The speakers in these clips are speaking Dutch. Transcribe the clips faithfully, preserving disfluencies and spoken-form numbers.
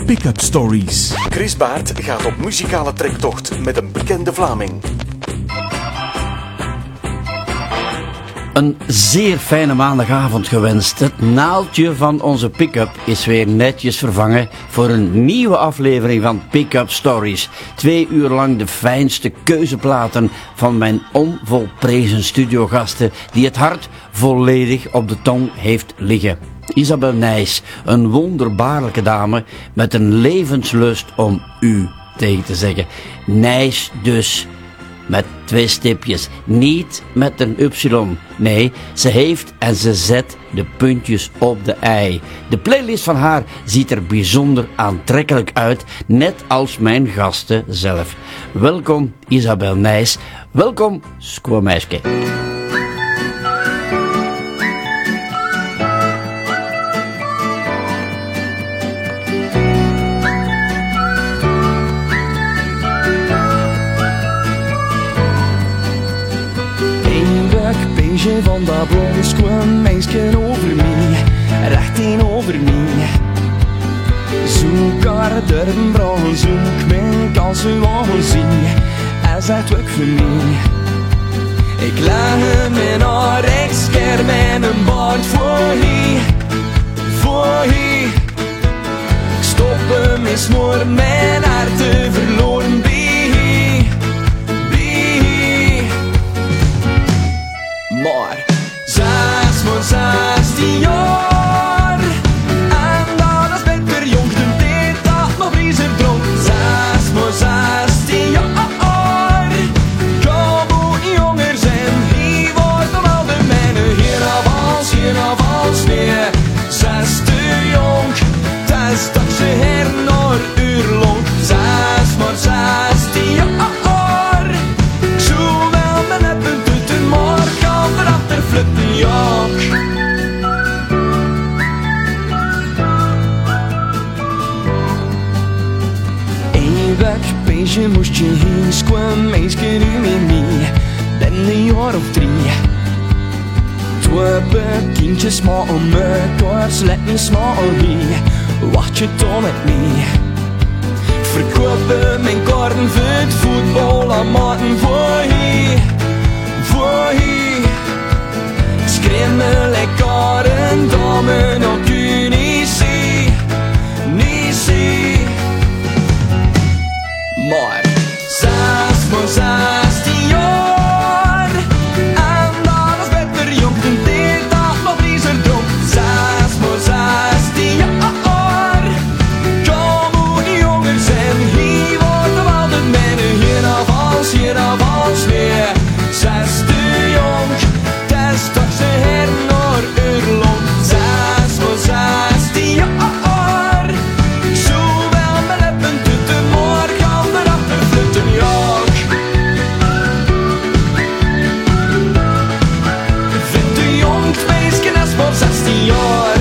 Pick-up Stories. Chris Baert gaat op muzikale trektocht met een bekende Vlaming. Een zeer fijne maandagavond gewenst. Het naaldje van onze pick-up is weer netjes vervangen voor een nieuwe aflevering van Pick-up Stories. Twee uur lang de fijnste keuzeplaten van mijn onvolprezen studiogasten die het hart volledig op de tong heeft liggen. Isabel Nijs, een wonderbaarlijke dame met een levenslust om u tegen te zeggen. Nijs dus. Met twee stipjes, niet met een y. Nee, ze heeft en ze zet de puntjes op de i. De playlist van haar ziet er bijzonder aantrekkelijk uit, net als mijn gasten zelf. Welkom Isabel Nijs, welkom Squameiske. Van dat blond kwam meisje over mij, recht in over mij. Zoek haar durven brouwen, zoek mijn kans u aan zien. Hij zegt ook voor mij. Ik leg hem in haar rechts, keer mijn baard voor hier, voor hier. Ik stop hem in snoer, mijn hart te verloren bij. Maar zes maar zestien jaar en dat is beter jong de tijd dat nog wie ze dronk. Zes maar zestien jaar, kom moet jonger zijn, hier wordt nog wel de mijne. Hier avans, hier avans, nee, zes te jong, het is dat ze her naar uur lang. Zes maar zestien jaar. Je moest je heen, squam, meisje nu met mij. Dan een jaar of drie. Twee kindjes maar om mekaar, sletten smaken hier. Wacht je dan met mij? Verkopen mijn kaarten voor het voetbal aan maten voor hier, voor hier. Schreef me lekker een dame nog u niet zie, niet zie. Maar zes maar zestien jaar en dat is beter jong de tijd dat nog wie ze dronk. Zes maar zestien jaar, kom moet jonger zijn, hier wordt er wel de mijne. Hier avans, hier avans, nee, zes te jong, het is toch ze her naar uur lang. Zes maar zestien jaar, zo wel mijn lippen tot de morgen. Vind de jong meisje is voor zestien jaar.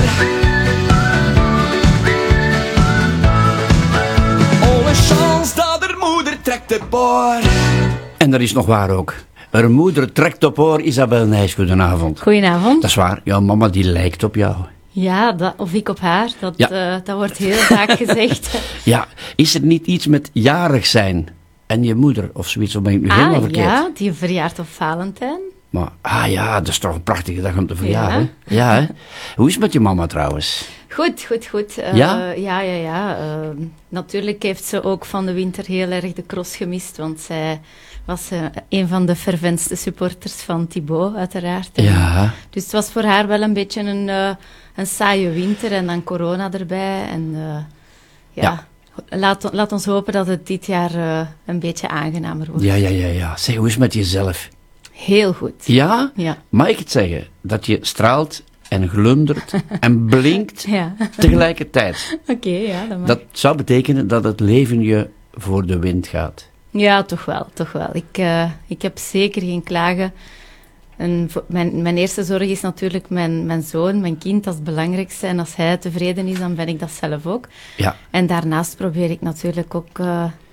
Alle chance dat haar moeder trekt op haar. En dat is nog waar ook. Haar moeder trekt op haar. Isabel Nijs, goedenavond. Goedenavond. Dat is waar, jouw mama die lijkt op jou. Ja, dat, of ik op haar, dat, Ja. uh, dat wordt heel vaak gezegd. Ja, is er niet iets met jarig zijn en je moeder of zoiets, of ben ik nu helemaal Ah, verkeerd? ja, die verjaart op Valentijn. Maar, ah ja, dat is toch een prachtige dag om te verjaren. Ja, hè? Hoe is het met je mama trouwens? Goed, goed, goed. Uh, Ja? Ja, ja, ja. Uh, natuurlijk heeft ze ook van de winter heel erg de cross gemist, want zij was uh, een van de ferventste supporters van Thibaut, uiteraard. Ja. Dus het was voor haar wel een beetje een, uh, een saaie winter en dan corona erbij. En uh, ja, Ja. Laat, laat ons hopen dat het dit jaar uh, een beetje aangenamer wordt. Ja, ja, ja, ja. Zeg, hoe is het met jezelf? Heel goed. Ja? Ja. Mag ik het zeggen? Dat je straalt en glundert en blinkt Ja. tegelijkertijd. Oké, okay, ja, dat mag. Dat zou betekenen dat het leven je voor de wind gaat. Ja, toch wel, toch wel. Ik, uh, ik heb zeker geen klagen. En mijn, mijn eerste zorg is natuurlijk mijn, mijn zoon, mijn kind, dat is het belangrijkste. En als hij tevreden is, dan ben ik dat zelf ook. Ja. En daarnaast probeer ik natuurlijk ook uh,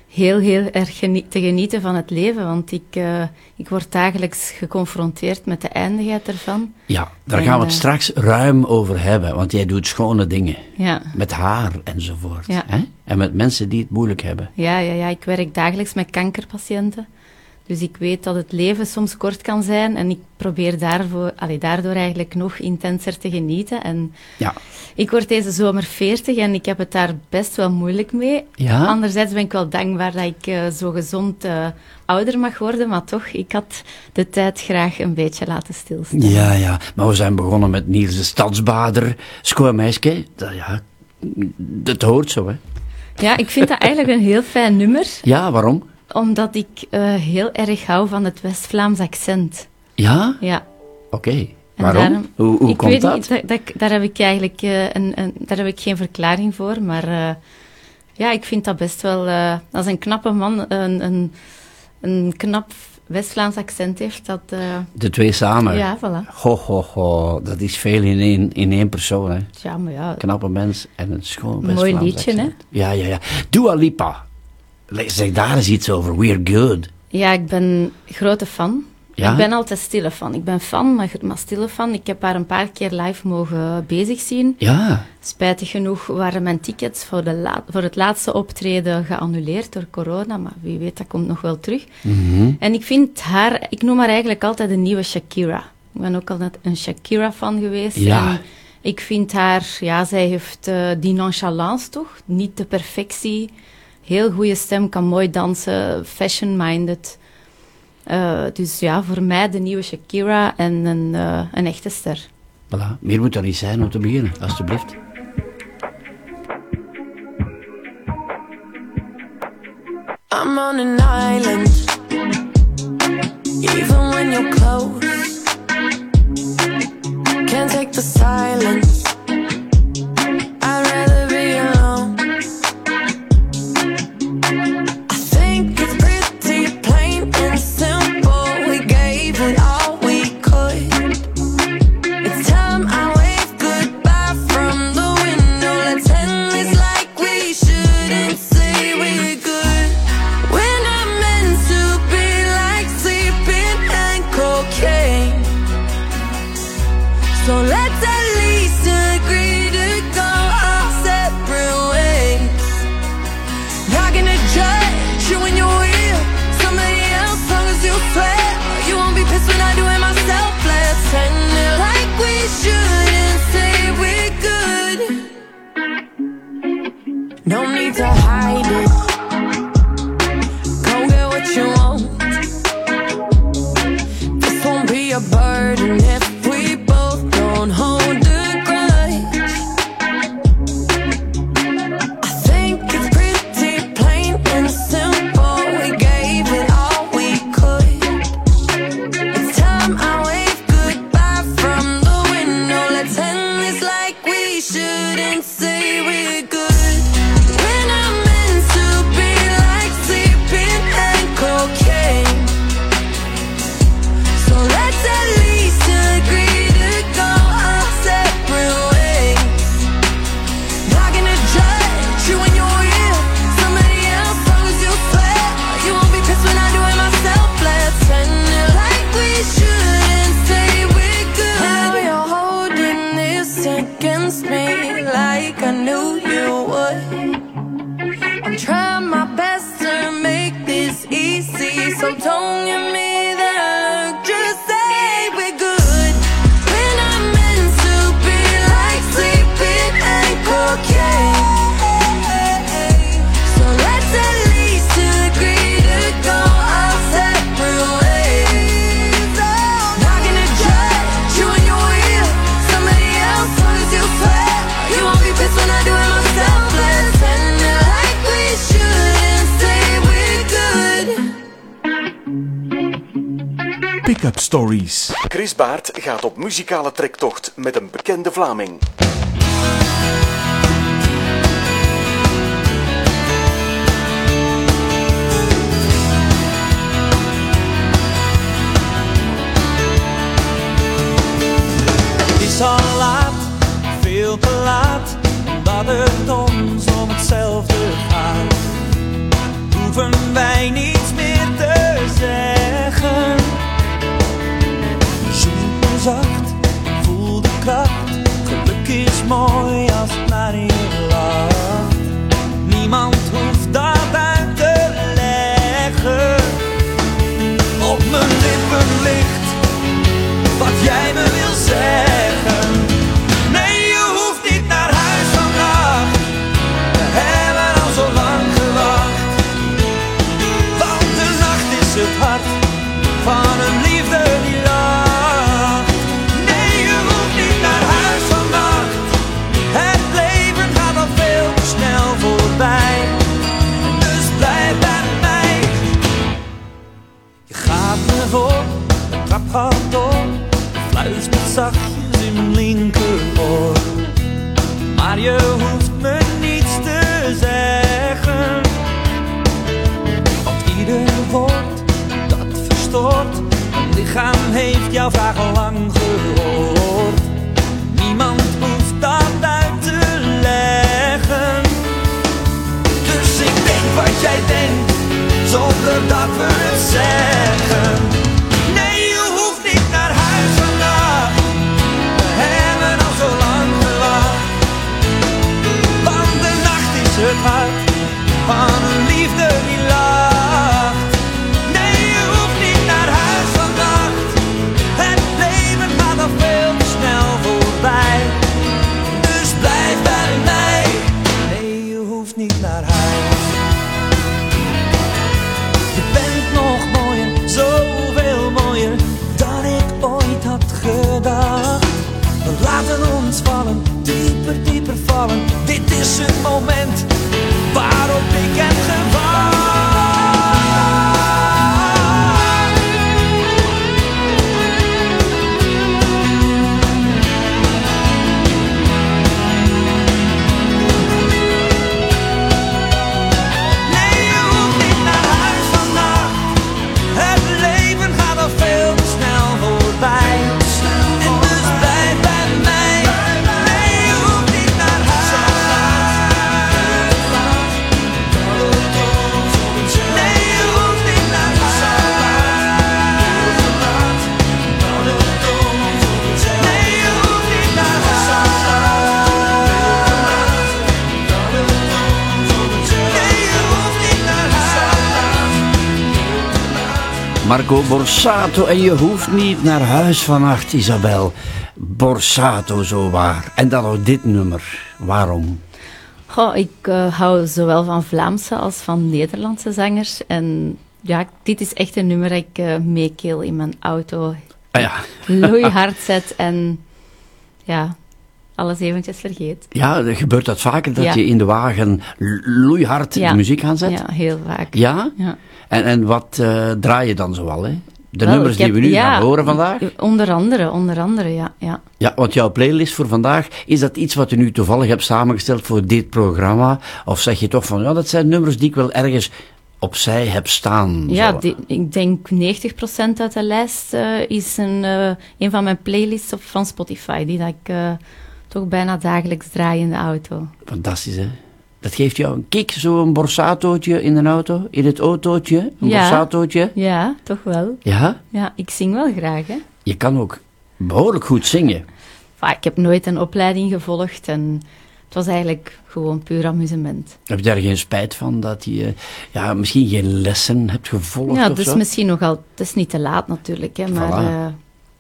heel, heel erg genie- te genieten van het leven. Want ik, uh, ik word dagelijks geconfronteerd met de eindigheid ervan. Ja, daar en, gaan we het uh, straks ruim over hebben. Want jij doet schone dingen. Ja. Met haar enzovoort. Ja. Hè? En met mensen die het moeilijk hebben. Ja, ja, ja, ik werk dagelijks met kankerpatiënten. Dus ik weet dat het leven soms kort kan zijn. En ik probeer daarvoor, allee, daardoor eigenlijk nog intenser te genieten. En Ja. ik word deze zomer veertig en ik heb het daar best wel moeilijk mee. Ja? Anderzijds ben ik wel dankbaar dat ik uh, zo gezond uh, ouder mag worden. Maar toch, ik had de tijd graag een beetje laten stilstaan. Ja, ja. Maar we zijn begonnen met Niels de Stadsbader. Schoonmeisje. Dat, ja, dat hoort zo, hè. Ja, ik vind dat eigenlijk een heel fijn nummer. Ja, waarom? Omdat ik uh, heel erg hou van het West-Vlaams accent. Ja? Ja. Oké. Okay. En Waarom? daarom, hoe hoe ik komt weet dat? Niet, dat, dat? Daar heb ik eigenlijk uh, een, een, daar heb ik geen verklaring voor, maar uh, ja, ik vind dat best wel, uh, als een knappe man een, een, een knap West-Vlaams accent heeft, dat... Uh, De twee samen? Ja, voilà. Ho, ho, ho. Dat is veel in één, in één persoon, hè. Ja, maar ja... Knappe mens en een schoon West-Vlaams Mooi liedje, accent. hè? Ja, ja, ja. Dua Lipa. Zeg daar eens iets over. We're good. Ja, ik ben grote fan. Ja? Ik ben altijd stille fan. Ik ben fan, maar, maar stille fan. Ik heb haar een paar keer live mogen bezig zien. Ja. Spijtig genoeg waren mijn tickets voor, de la- voor het laatste optreden geannuleerd door corona, maar wie weet, dat komt nog wel terug. Mm-hmm. En ik vind haar, ik noem haar eigenlijk altijd de nieuwe Shakira. Ik ben ook altijd een Shakira-fan geweest. Ja. En ik vind haar, ja, zij heeft uh, die nonchalance toch, niet de perfectie. Heel goede stem, kan mooi dansen, fashion-minded. Uh, dus ja, voor mij de nieuwe Shakira en een, uh, een echte ster. Voilà. Meer moet er niet zijn om te beginnen, alstublieft. I'm on an island, even when you're close. Can't take the silence. I'd rather be alone. I think it's pretty plain and simple. We gave it all we could. It's time I wave goodbye from the window. Let's end this like we shouldn't say we're good. We're not meant to be like sleeping and cocaine. So let's at least agree to go our separate ways. Not gonna judge you when you're with somebody else, long as you swear you won't be pissed when I do it myself. Let's end it like we should and say we're good. No need to hide it. Go get what you want. This won't be a burden if we both don't hold a grudge. I think it's pretty plain and simple. We gave it all we could. It's time I wave goodbye from the window. Let's end this like we shouldn't say we're good. We're not meant to be like sleeping and cocaine. So let's at least agree to go our separate ways. Not gonna judge you when you're with somebody else, long as you swear you won't be pissed when I do it myself. Let's end it like we should and say we're good. Now you're holding this against me like I knew you would. I'm trying my best to make this easy, so don't give me that look, just say we're good. We're not meant to be like sleeping and cocaine. So let's at least agree to go our separate ways. Not gonna judge you when you're with somebody else, long as you swear you won't be pissed when I do it myself. Let's end it like we should and say we're good. Pick-up Stories. Chris Baert gaat op muzikale trektocht met een bekende Vlaming. Het is al laat, veel te laat, omdat het ons om hetzelfde gaat. hoeven wij niets meer te zeggen. Zoen me zacht, voel de kracht. Geluk is mooi als het naar je lacht. Niemand hoeft dat uit te leggen. Op mijn lippen ligt wat jij me wil zeggen. Nee, je hoeft niet naar huis vannacht. We hebben al zo lang gewacht. Want de nacht is het hart van een liefde die lacht. Nee, je hoeft niet naar huis vannacht. Het leven gaat al veel te snel voorbij. Dus blijf bij mij. Je gaat me voor, de trap gaat door. Fluistert zachtjes in mijn linkeroor. Maar je hoeft me niets te zeggen. Want ieder woord dat verstoort. Mijn lichaam heeft jouw vraag al lang gehoord. Niemand hoeft dat uit te leggen. Dus ik denk wat jij denkt, zonder dat we het zeggen. Nee, je hoeft niet naar huis vandaag. We hebben al zo lang gewacht. Want de nacht is het hart van een liefde die lacht. Nee, je hoeft niet naar huis vannacht. Het leven gaat al veel te snel voorbij. Dus blijf bij mij. Nee, je hoeft niet naar huis. Je bent nog mooier, zoveel mooier dan ik ooit had gedacht. We laten ons vallen, dieper, dieper vallen. Dit is het moment waarop ik heb gewacht. Nee, je hoeft niet naar huis vannacht. Het leven gaat al veel te snel voorbij. En dus blijf bij mij. Nee, je hoeft niet naar huis. Nee, je hoeft niet naar huis. Nee, je hoeft niet naar huis. Nee, je hoeft niet naar huis. Marco Borsato en je hoeft niet naar huis vannacht, Isabel. Borsato, zo waar. En dan ook dit nummer. Waarom? Goh, ik eh, hou zowel van Vlaamse als van Nederlandse zangers. En ja, dit is echt een nummer dat ik uh, meekeel in mijn auto. Ah ja. Loeihard zet en ja, alles eventjes vergeet. Ja, er gebeurt dat vaker, dat Ja. je in de wagen loeihard Ja. muziek aanzet? Ja, heel vaak. Ja? Ja. En, en wat uh, draai je dan zoal, hè? De Wel, nummers ik heb- die we nu ja, gaan horen vandaag? Onder andere, onder andere, ja. ja. Ja, want jouw playlist voor vandaag, is dat iets wat je nu toevallig hebt samengesteld voor dit programma? Of zeg je toch van, ja, dat zijn nummers die ik wel ergens opzij heb staan? Ja, zo? die- ik denk negentig procent uit de lijst eh, is een, eh, een van mijn playlists op, van Spotify, die dat ik eh, toch bijna dagelijks draai in de auto. Fantastisch, hè? Dat geeft jou een kick, zo'n borsatootje in een auto, in het autootje, een Ja. borsatootje. Ja, toch wel. Ja? Ja, ik zing wel graag, hè. Je kan ook behoorlijk goed zingen. Maar ik heb nooit een opleiding gevolgd en het was eigenlijk gewoon puur amusement. Heb je daar geen spijt van dat je ja, misschien geen lessen hebt gevolgd Ja, of dus zo? misschien nogal, het is niet te laat natuurlijk, hè, maar, Voilà. eh,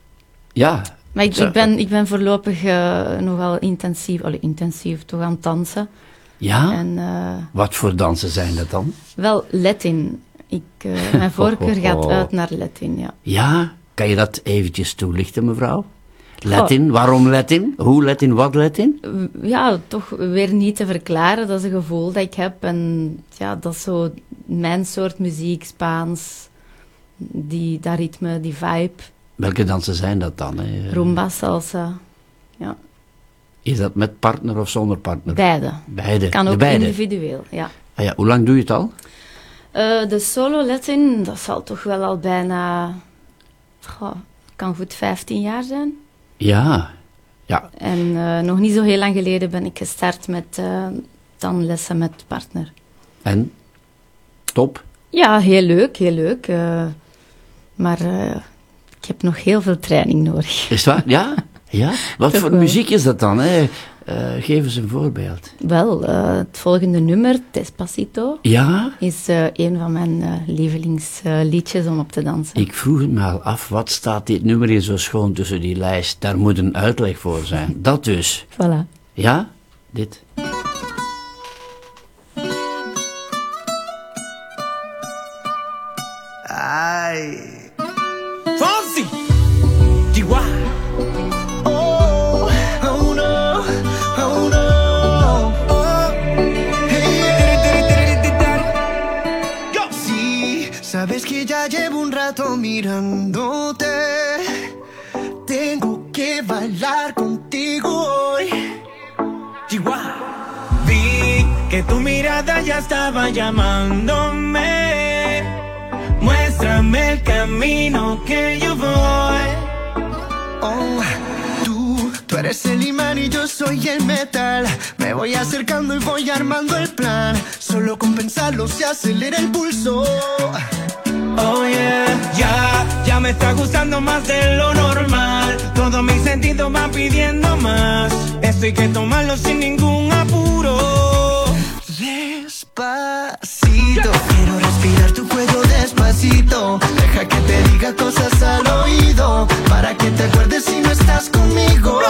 Ja, maar ik, Zo. ik, ben, ik ben voorlopig eh, nogal intensief, allee, intensief toch aan het dansen. ja? En eh, Wat voor dansen zijn dat dan? wel Latin. Ik, eh, mijn voorkeur Ho, ho, ho. gaat uit naar Latin, ja. Ja, kan je dat eventjes toelichten, mevrouw? Latin, waarom Latin? Hoe Latin, wat Latin? Ja, toch weer niet te verklaren. Dat is een gevoel dat ik heb. En ja, dat is zo mijn soort muziek, Spaans. Die, dat ritme, die vibe. Welke dansen zijn dat dan? Hè? Rumba, salsa. Ja, Is dat met partner of zonder partner? beide. Beide. Kan De ook beide. individueel, ja. Ah ja, hoe lang doe je het al? Eh, de solo Latin, dat zal toch wel al bijna... Goh, kan goed vijftien jaar zijn. Ja. Ja, En eh, nog niet zo heel lang geleden ben ik gestart met eh, dan lessen met partner. en? Top? Ja, heel leuk, heel leuk. Uh, maar uh, ik heb nog heel veel training nodig. Is het waar? Ja? Ja? Wat Toch voor wel. muziek is dat dan? Hè? Uh, geef eens een voorbeeld. Wel, uh, het volgende nummer, Despacito, ja? is uh, een van mijn uh, lievelingsliedjes uh, om op te dansen. Ik vroeg me al af, wat staat dit nummer hier zo schoon tussen die lijst? Daar moet een uitleg voor zijn. Dat dus. Voilà. Ja? Dit. Ay. Fonsi. Chihuahua. Oh, oh no, oh no. Oh. Hey. Yo. Sí, sabes que ya llevo un rato mirándote. Tengo que bailar contigo hoy. Chihuahua. Vi que tu mirada ya estaba llamándome. Muéstrame el camino que yo voy. Oh, tú, tú eres el imán y yo soy el metal. Me voy acercando y voy armando el plan. Solo con pensarlo se acelera el pulso. Oh yeah, ya, ya me está gustando más de lo normal. Todos mis sentidos van pidiendo más. Esto hay que tomarlo sin ningún apuro. Despacito, quiero respirar tu cuello despacito. Deja que te diga cosas al oído, para que te acuerdes si no estás conmigo.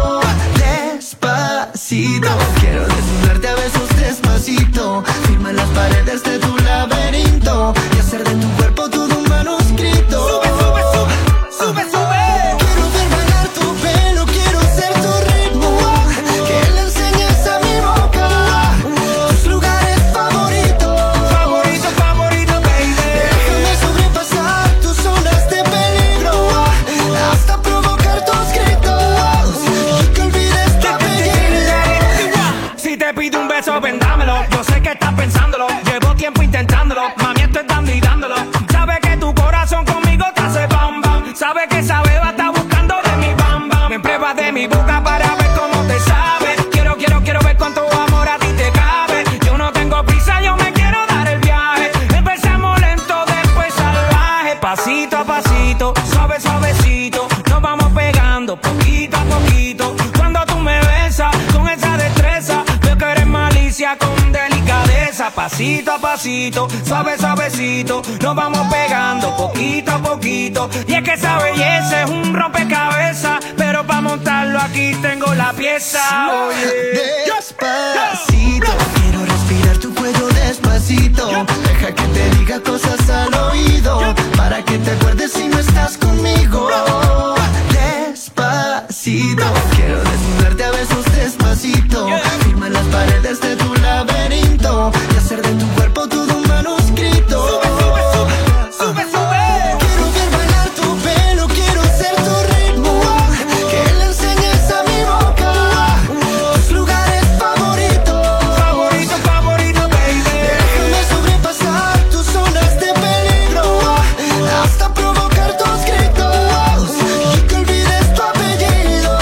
Despacito, quiero desnudarte a besos despacito. Firma en las paredes de tu laberinto y hacer de tu cuerpo todo un manuscrito. Sube, sube, sube, sube, sube. Quiero ver bailar tu pelo, quiero ser tu ritmo. Que le enseñes a mi boca tus lugares favoritos. Favorito, favorito, baby. Déjame sobrepasar tus zonas de peligro hasta provocar tus gritos y que olvides tu apellido. Si te pido un beso, ven dámelo. Yo sé que estás pensándolo. Llevo tiempo intentándolo. Mami, estoy dando y dándolo. Sabe que tu corazón conmigo te hace bam bam. Sabe que esa beba está buscando de mi bam bam. Me pruebas de mi boca para ver cómo te sabe. Quiero, quiero, quiero ver cuánto amor a ti te cabe. Yo no tengo prisa, yo me quiero dar el viaje. Empezamos lento, después salvaje. Pasito a pasito, suave, suavecito. Nos vamos pegando poquito a poquito. Cuando tú me besas con esa destreza, veo que eres malicia con delicadeza. Pasito a pasito, suave, suavecito. Nos vamos pegando poquito a poquito. Y es que esa belleza es un rompecabezas, pero para montarlo aquí tengo la pieza. Oye, despacito, quiero respirar tu cuello despacito. Deja que te diga cosas al oído, para que te acuerdes si no estás conmigo. Despacito, quiero desnudarte a besos despacito. Firma en las paredes de tu laberinto y hacer de tu cuerpo todo un manuscrito. Sube, sube, sube, sube, sube. Quiero ver bailar tu pelo, quiero ser tu ritmo. Que le enseñes a mi boca tus lugares favoritos. Favorito, favorito, baby. Déjame sobrepasar tus zonas de peligro hasta provocar tus gritos y que olvides tu apellido.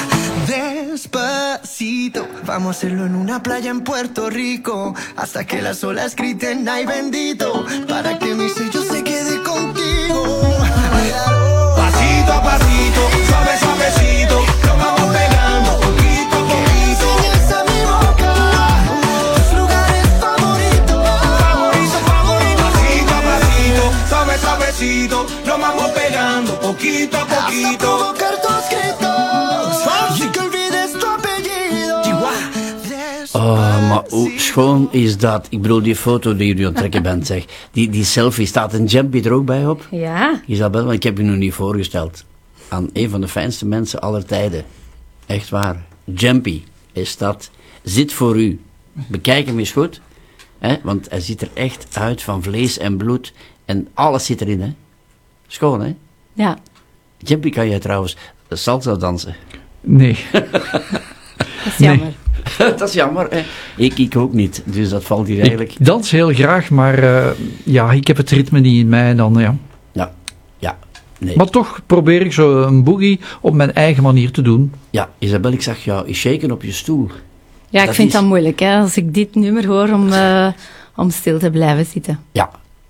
Despacito, vamos a hacerlo en una playa en Puerto Rico, hasta que las olas griten ay bendito, para que mi sello se quede contigo. Pasito a pasito, suave, suavecito, nos vamos pegando poquito a poquito. Enseñas a mi boca tus lugares favoritos. Favorito, favorito. Pasito a pasito, suave, suavecito, nos vamos pegando poquito a poquito. Hasta provocar tus gritos y que olvides tu apellido. Oh, maar hoe schoon is dat? Ik bedoel, die foto die jullie aan het trekken bent, zeg. Die, die selfie, staat een Jumpy er ook bij op? Ja. Isabel, want ik heb je nog niet voorgesteld. Aan een van de fijnste mensen aller tijden. Echt waar. Jumpy is dat. Zit voor u. Bekijk hem eens goed. Hè? Want hij ziet er echt uit van vlees en bloed. En alles zit erin, hè. Schoon, hè? Ja. Jumpy, kan jij trouwens salsa dansen? Nee. Dat is jammer. Dat is jammer, hè. Ik, ik ook niet, dus dat valt hier eigenlijk... Ik dans heel graag, maar uh, ja, ik heb het ritme niet in mij dan, ja. Ja, ja, nee. Maar toch probeer ik zo een boogie op mijn eigen manier te doen. Ja, Isabel, ik zag jou eens shaken op je stoel. Ja, ik Dat vind is- dat moeilijk, hè, als ik dit nummer hoor, om, uh, om stil te blijven zitten. Ja,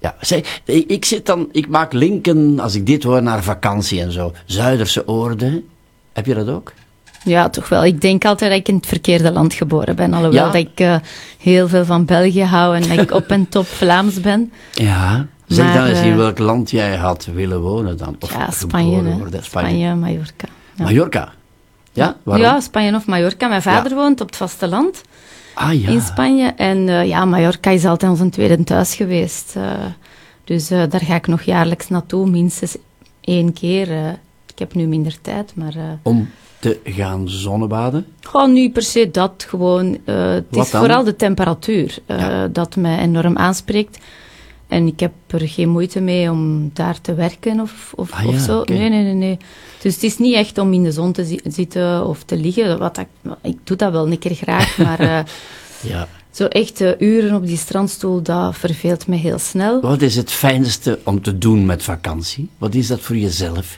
Ja, zeg, ik, ik zit dan, ik maak linken, als ik dit hoor, naar vakantie en zo. Zuiderse oorden. Heb je dat ook? Ja, toch wel. Ik denk altijd dat ik in het verkeerde land geboren ben. Alhoewel Ja? dat ik uh, heel veel van België hou en dat ik op en top Vlaams ben. Ja. Zeg Maar, dan eens in uh, welk land jij had willen wonen dan. Of Ja, Spanje, geboren hè. worden. Spanje, Mallorca. Ja. Mallorca? Ja, waarom? Ja, Spanje of Mallorca. Mijn vader Ja. woont op het vasteland ah, ja. in Spanje. En uh, ja, Mallorca is altijd onze tweede thuis geweest. Uh, dus uh, daar ga ik nog jaarlijks naartoe, minstens één keer. Uh, ik heb nu minder tijd, maar... Uh, Om te gaan zonnebaden? Gewoon niet per se dat, gewoon... Uh, het Wat is dan? vooral de temperatuur uh, Ja. dat mij enorm aanspreekt. En ik heb er geen moeite mee om daar te werken of, of, Ah, of ja, zo. oké. Nee, nee, nee, nee. Dus het is niet echt om in de zon te zi- zitten of te liggen. Wat ik, ik doe dat wel een keer graag, maar uh, Ja. zo echt uh, uren op die strandstoel, dat verveelt me heel snel. Wat is het fijnste om te doen met vakantie? Wat is dat voor jezelf?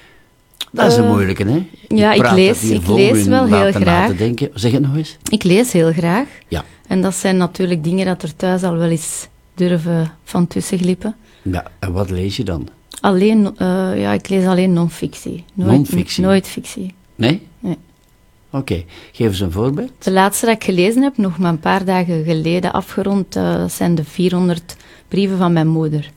Dat is een Eh, moeilijke, hè? ja, ik praat lees- dat hier ik voor lees u wel heel laten na graag. te denken. Zeg het nog eens. Ik lees heel graag. Ja. En dat zijn natuurlijk dingen dat er thuis al wel eens durven van tussen glippen. Ja, en wat lees je dan? Alleen, uh, ja, ik lees alleen non-fictie. Nooit, Non-fictie? Nooit fictie. Nee? Nee. Oké, geef eens een voorbeeld. De laatste dat ik gelezen heb, nog maar een paar dagen geleden afgerond, uh, zijn de vierhonderd brieven van mijn moeder.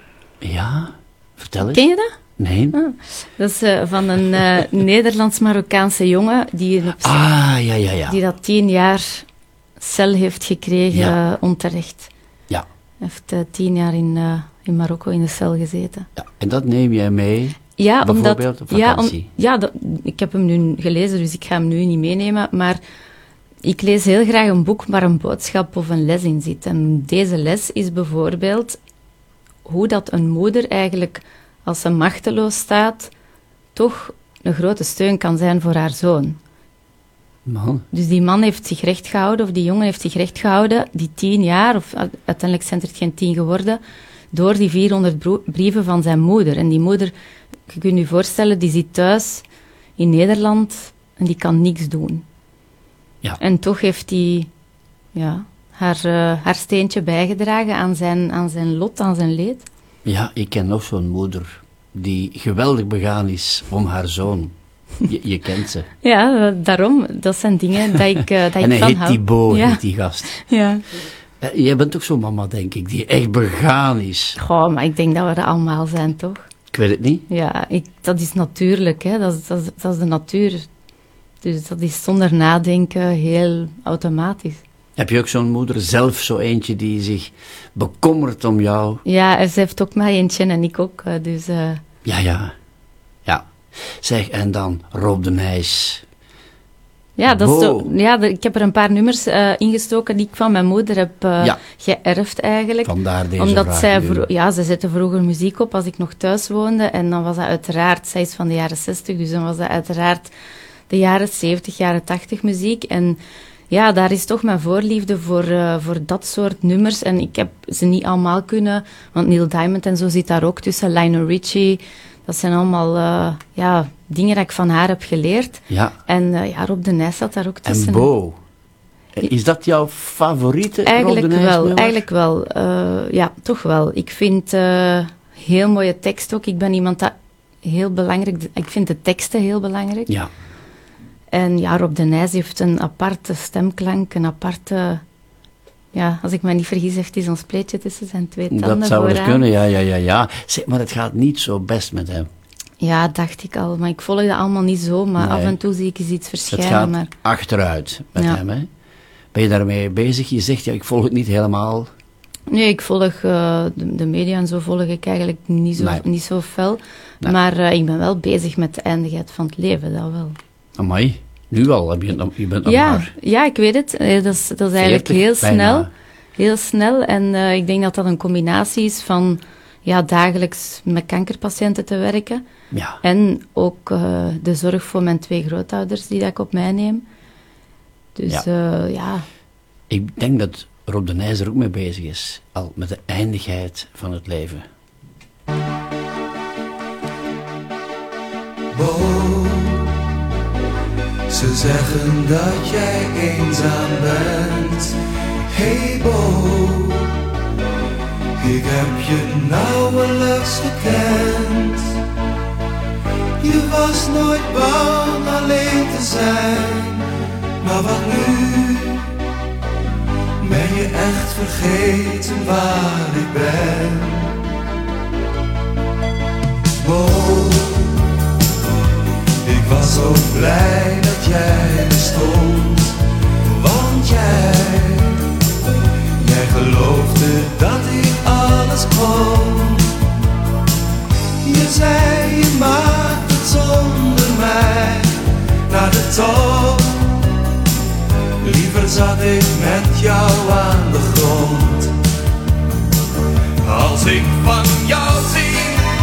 Ja, vertel eens. Ken je dat? Nee. Dat is uh, van een uh, Nederlands-Marokkaanse jongen die, op, Ah, ja, ja, ja. die dat tien jaar cel heeft gekregen, Ja. uh, onterecht. Ja, Hij heeft uh, tien jaar in, uh, in Marokko in de cel gezeten. ja. En dat neem jij mee? Ja, omdat, Bijvoorbeeld op ja, vakantie? ja dat, ik heb hem nu gelezen, dus ik ga hem nu niet meenemen. Maar ik lees heel graag een boek waar een boodschap of een les in zit. En deze les is bijvoorbeeld hoe dat een moeder eigenlijk, als ze machteloos staat, toch een grote steun kan zijn voor haar zoon. Man. Dus die man heeft zich recht gehouden, of die jongen heeft zich recht gehouden, die tien jaar, of uiteindelijk zijn er geen tien geworden, door die vierhonderd bro- brieven van zijn moeder. En die moeder, je kunt je voorstellen, die zit thuis in Nederland en die kan niks doen. Ja. En toch heeft hij ja, haar, uh, haar steentje bijgedragen aan zijn, aan zijn lot, aan zijn leed. Ja, ik ken nog zo'n moeder die geweldig begaan is om haar zoon. Je, je kent ze. Ja, uh, daarom. Dat zijn dingen dat ik, uh, dat en ik hij van heet hou. Thibaut, Ja. heet die gast. Ja. Eh, Jij bent toch zo'n mama, denk ik, die echt begaan is. Goh, maar ik denk dat we er allemaal zijn, toch? Ik weet het niet. Ja, ik, dat is natuurlijk, hè. Dat, is, dat, is, dat is de natuur. Dus dat is zonder nadenken heel automatisch. Heb je ook zo'n moeder, zelf zo eentje die zich bekommert om jou? Ja, en ze heeft ook maar eentje en ik ook. uh, Dus uh, Ja, ja. Ja. Zeg, en dan Rob de Nijs. ja, dat is Bo. zo, ja, de- ik heb er een paar nummers uh, ingestoken die ik van mijn moeder heb uh, Ja. geërfd eigenlijk. Vandaar deze Omdat vraag zij, nu. vro- ja, ze zette vroeger muziek op als ik nog thuis woonde. En dan was dat uiteraard, zij is van de jaren zestig, dus dan was dat uiteraard de jaren zeventig, jaren tachtig muziek. En ja, daar is toch mijn voorliefde voor, uh, voor dat soort nummers. En ik heb ze niet allemaal kunnen, want Neil Diamond en zo zit daar ook tussen, Lionel Richie. Dat zijn allemaal uh, ja, dingen dat ik van haar heb geleerd. Ja, En uh, ja, Rob de Nijs zat daar ook tussen. en Bo. Is dat jouw favoriete Eigenlijk Rob de Nijs wel, nummer? eigenlijk wel. Uh, ja, toch wel. Ik vind uh, heel mooie tekst ook. Ik ben iemand dat heel belangrijk... Ik vind de teksten heel belangrijk. Ja, En ja, Rob de Nijs heeft een aparte stemklank, een aparte... Ja, als ik me niet vergis, heeft hij zo'n spleetje tussen zijn twee tanden dat zou eens vooraan. kunnen, ja, ja, ja, ja. Zeg, maar het gaat niet zo best met hem. Ja, dacht ik al. Maar ik volg dat allemaal niet zo. Maar Nee. af en toe zie ik eens iets Het verschijnen. gaat Maar achteruit met Ja. hem, hè. Ben je daarmee bezig? Je zegt, ja, ik volg het niet helemaal. nee, ik volg uh, de, de media en zo volg ik eigenlijk niet zo, Nee. niet zo fel. Nee. Maar uh, ik ben wel bezig met de eindigheid van het leven, dat wel. Amai, nu al, heb je, je bent nog Ja, maar ja, ik weet het. Eh, Dat is, dat is eigenlijk veertig, heel bijna. snel. Heel snel. En uh, ik denk dat dat een combinatie is van ja, dagelijks met kankerpatiënten te werken. Ja, En ook uh, de zorg voor mijn twee grootouders die dat ik op mij neem. Dus Ja. ja, ja. ik denk dat Rob de Nijs er ook mee bezig is. Al met de eindigheid van het leven. Bo, ze zeggen dat jij eenzaam bent. Hey Bo, Ik heb je nauwelijks gekend. Je was nooit bang alleen te zijn. Maar wat nu? Ben je echt vergeten waar ik ben? Oh, ik was zo blij dat jij bestond. Want jij, jij geloofde dat ik alles kon. Je zei je maakt het zonder mij naar de top. Liever zat ik met jou aan de grond. Als ik van jou zie,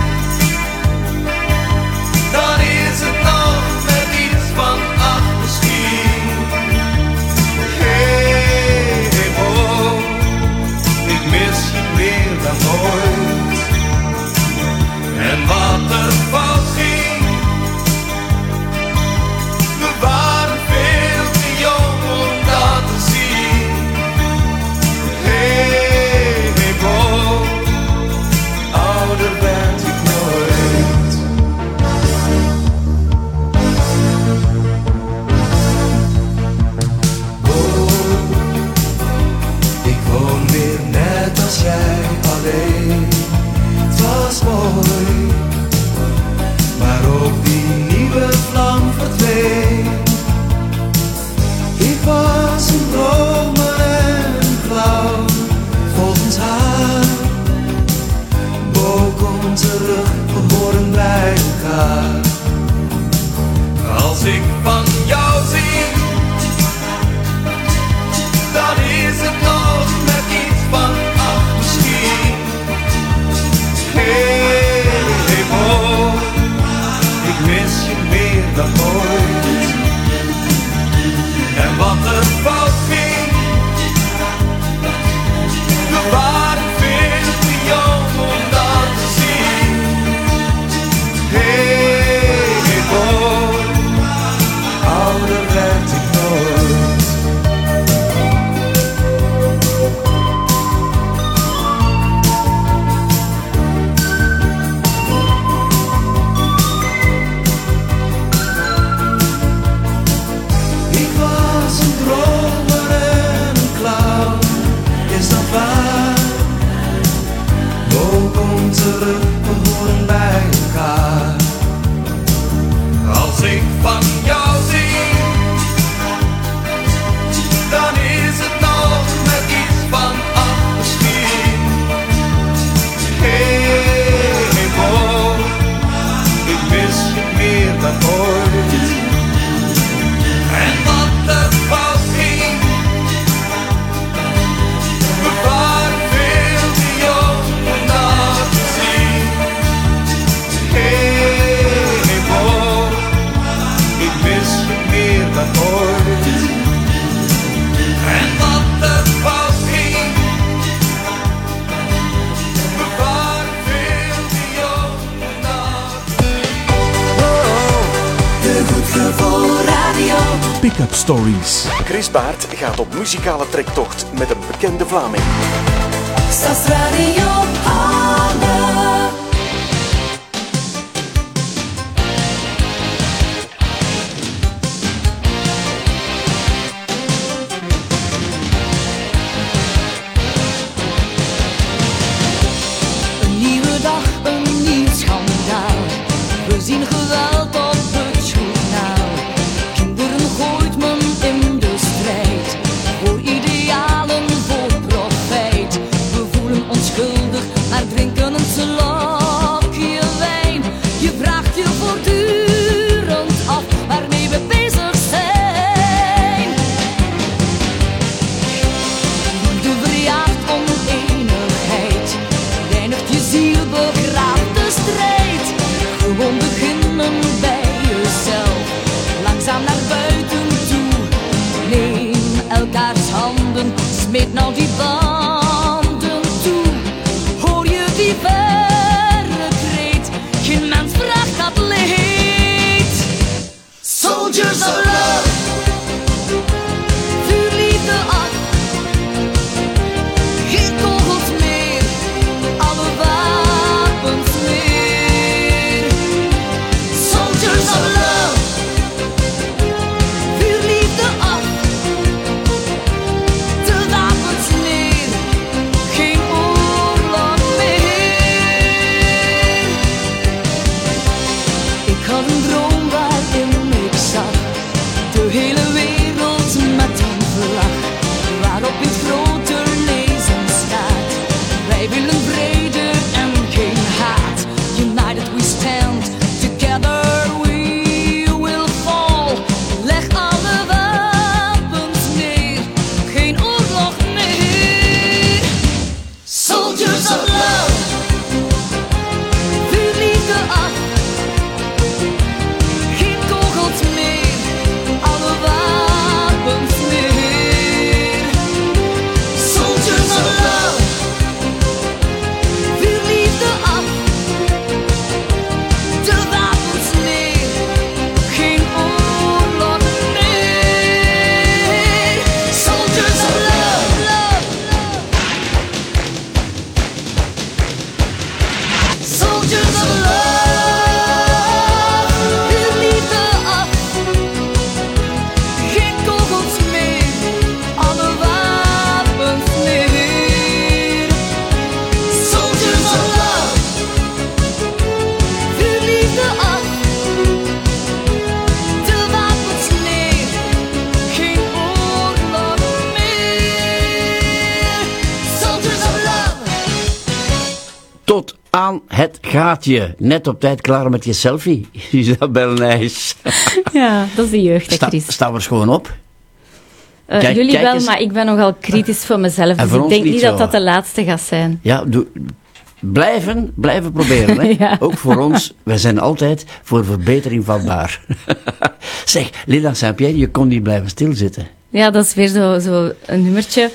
dan is het nog met iets van acht misschien. Hey, hey, oh, ik mis je meer dan ooit. En wat er fout ging, we waren veel te jong om dat te zien. Hey, hey, oh, ouder werd ik nooit. Oh, ik woon weer net als jij alleen. Het was mooi, maar ook die nieuwe vlam verdween. Ik was een dromer en een clown, volgens haar. Bo, kom terug, we horen bij elkaar. Als ik van jou zie, dan is het nog met iets van acht misschien. Hey, hey, Bo, ik mis je meer dan ooit. En wat er fout ging, we waren veel te jong om dat te zien. Hey, hey, Bo, ouder werd ik nooit. Ik was een dromer en een clown, is dat waar? Bo, kom terug, we horen bij elkaar. Als ik van jou zie, dan is het nog met iets van acht misschien. Hey, hey, Bo, ik mis je meer dan ooit. En wat er fout ging, we waren veel te jong om dat te zien. Hey, hey, Bo, ik mis je meer dan ooit. En wat er fout ging, we waren veel te jong om dat te zien. De Goed Gevoel Radio. Pick-up Stories. Chris Baert gaat op muzikale trektocht met een bekende Vlaming. Stadsradio Halle. Een nieuwe dag, een nieuw schandaal. We zien geweld op het journaal. Kinderen gooit men in de strijd. Voor idealen, voor profijt. We voelen ons schuldig, maar drinken een slokje wijn. Je vraagt je voortdurend af waarmee we bezig zijn. De verjaagd oneenigheid. Reinigt je ziel, begraaft de strijd. Gewoon beginnen bij jezelf. Langzaam naar buiten toe. Neem elkaars handen. Smeet nou die banden toe. Hoor je die verre kreet? Geen mens vraagt dat leed. Soldiers of love. Vuur liefde af. Geen kogels meer. aan het gaatje. Net op tijd klaar met je selfie. Isabel Nijs. Ja, dat is de jeugd, hè, Sta, Chris. staan we er gewoon op? Uh, Kijk- jullie kijk wel, eens. maar ik ben nogal kritisch voor mezelf. En Dus voor ik ons denk niet niet zo. dat dat de laatste gaat zijn. Ja, doe, blijven, blijven proberen. Hè? Ja. Ook voor ons, wij zijn altijd voor verbetering vatbaar. Zeg, Lila Saint-Pierre, je kon niet blijven stilzitten. Ja, dat is weer zo, zo een nummertje.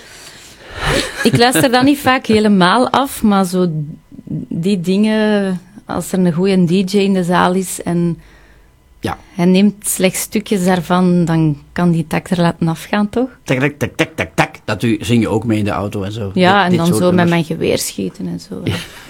Ik luister dat niet vaak helemaal af, maar zo die dingen, als er een goede D J in de zaal is en Ja. hij neemt slechts stukjes daarvan, dan kan die tak er laten afgaan, toch? Tak, tak, tak, tak, tak, tak. Dat u, zing je ook mee in de auto en zo. Ja, Dit- en dit dan soort zo met nummers. mijn geweer schieten en zo.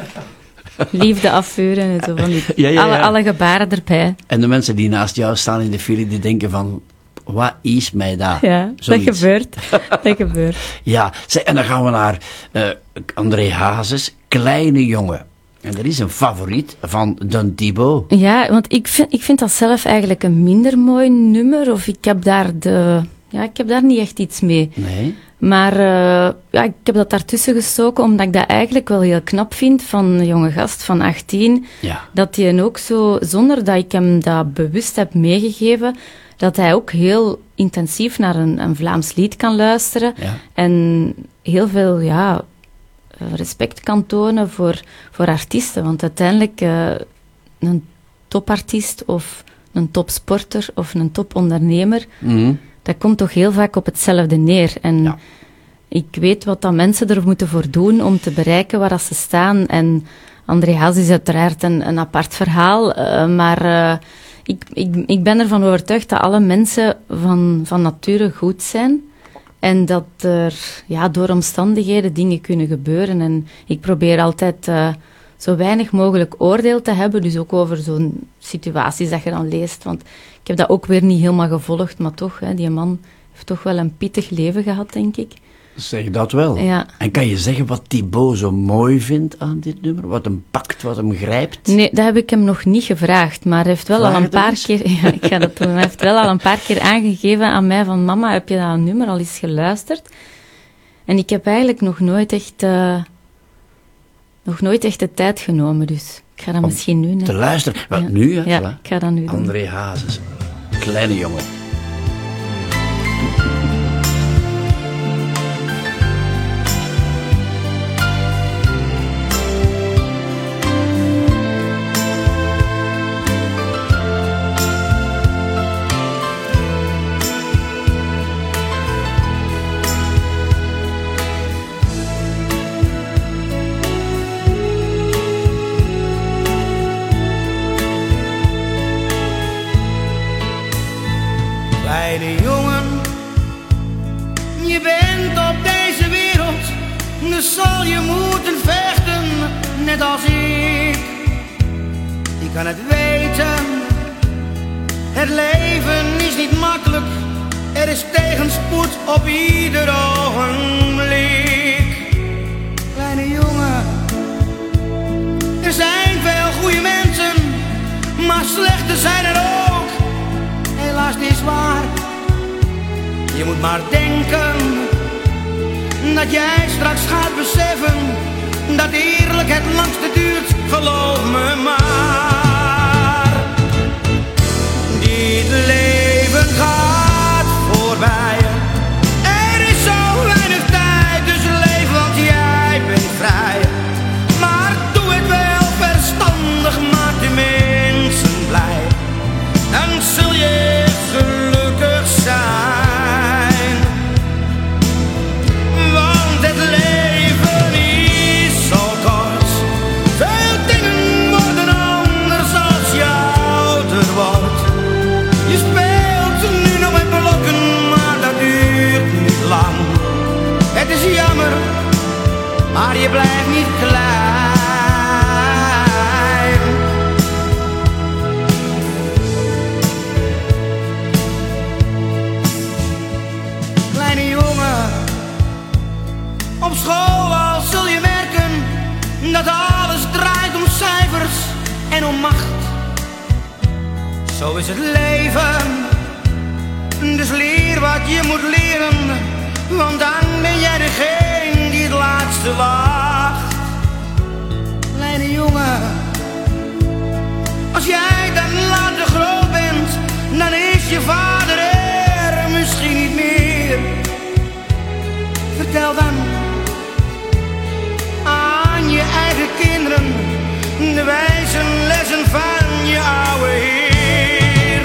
Liefde afvuren en zo van die, Ja, ja, ja. Alle, alle gebaren erbij. En de mensen die naast jou staan in de file, die denken van, wat is mij daar? Ja, Zoiets. dat gebeurt. Dat gebeurt. Ja, zeg, en dan gaan we naar eh, André Hazes, Kleine Jongen. En er is een favoriet van Don Thibaut. Ja, want ik vind, ik vind dat zelf eigenlijk een minder mooi nummer. Of ik heb daar de... Ja, ik heb daar niet echt iets mee. Nee? Maar uh, ja, ik heb dat daartussen gestoken, omdat ik dat eigenlijk wel heel knap vind van een jonge gast van achttien. Ja. Dat hij ook zo, zonder dat ik hem dat bewust heb meegegeven, dat hij ook heel intensief naar een, een Vlaams lied kan luisteren. Ja. En heel veel, ja... respect kan tonen voor, voor artiesten. Want uiteindelijk, uh, een topartiest of een topsporter of een topondernemer, Mhm. dat komt toch heel vaak op hetzelfde neer. En Ja. ik weet wat dat mensen er moeten voor doen om te bereiken waar dat ze staan. En André Hazes is uiteraard een, een apart verhaal, uh, maar uh, ik, ik, ik ben ervan overtuigd dat alle mensen van, van nature goed zijn. En dat er ja, door omstandigheden dingen kunnen gebeuren. En ik probeer altijd uh, zo weinig mogelijk oordeel te hebben. Dus ook over zo'n situaties dat je dan leest. Want ik heb dat ook weer niet helemaal gevolgd. Maar toch, hè, die man heeft toch wel een pittig leven gehad, denk ik. Zeg dat wel. Ja. En kan je zeggen wat Thibaut zo mooi vindt aan dit nummer? Wat hem pakt, wat hem grijpt? Nee, dat heb ik hem nog niet gevraagd. Maar hij heeft wel Vraag al een het hem paar eens. keer... Ja, ik ga dat doen. Hij heeft wel al een paar keer aangegeven aan mij van... Mama, heb je dat nummer al eens geluisterd? En ik heb eigenlijk nog nooit echt... Uh, nog nooit echt de tijd genomen, dus... Ik ga dat Om misschien nu... Te hè. luisteren. Wat Ja. nu, hè? Ja, Voilà. ik ga dat nu doen. André Hazes, Kleine Jongen. Kleine jongen, je bent op deze wereld, dus zal je moeten vechten, net als ik. Je kan het weten, het leven is niet makkelijk, er is tegenspoed op ieder ogenblik. Kleine jongen, er zijn veel goede mensen, maar slechte zijn er ook. Helaas niet waar. Je moet maar denken dat jij straks gaat beseffen dat eerlijk het langste duurt, geloof me maar. Dit leven gaat voorbij. Er is zo weinig tijd, dus leef, want jij bent vrij. Maar doe het wel verstandig, maak de mensen blij. Dan zul je gelukkig zijn. Want het leven is zo kort. Veel dingen worden anders als je ouder wordt. Je speelt nu nog met blokken, maar dat duurt niet lang. Het is jammer, maar je blijft niet klein. Kleine jongen, op school al zul je merken dat alles draait om cijfers en om macht. Zo is het leven, dus leer wat je moet leren, want dan ben jij degene die het laatste wacht. Kleine jongen. Als jij dan later groot bent, dan is je vader er misschien niet meer. Vertel dan aan je eigen kinderen de wijze lessen van je oude heer.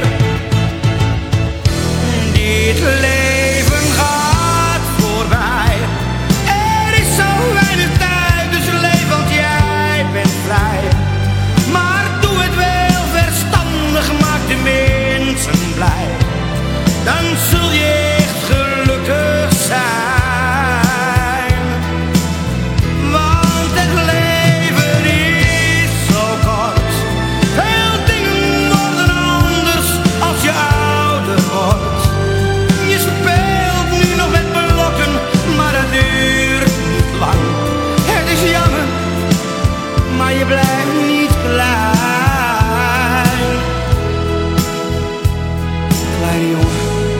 Dit leven gaat voorbij. Er is zo weinig tijd, dus leef, want jij bent vrij. Maar doe het wel verstandig, maak de mensen blij. Dan zul je echt gelukkig zijn. Want het leven is zo kort. Veel dingen worden anders als je ouder wordt. Je speelt nu nog met blokken, maar dat duurt niet lang. Het is jammer, maar je blijft niet klein. Kleine jongen.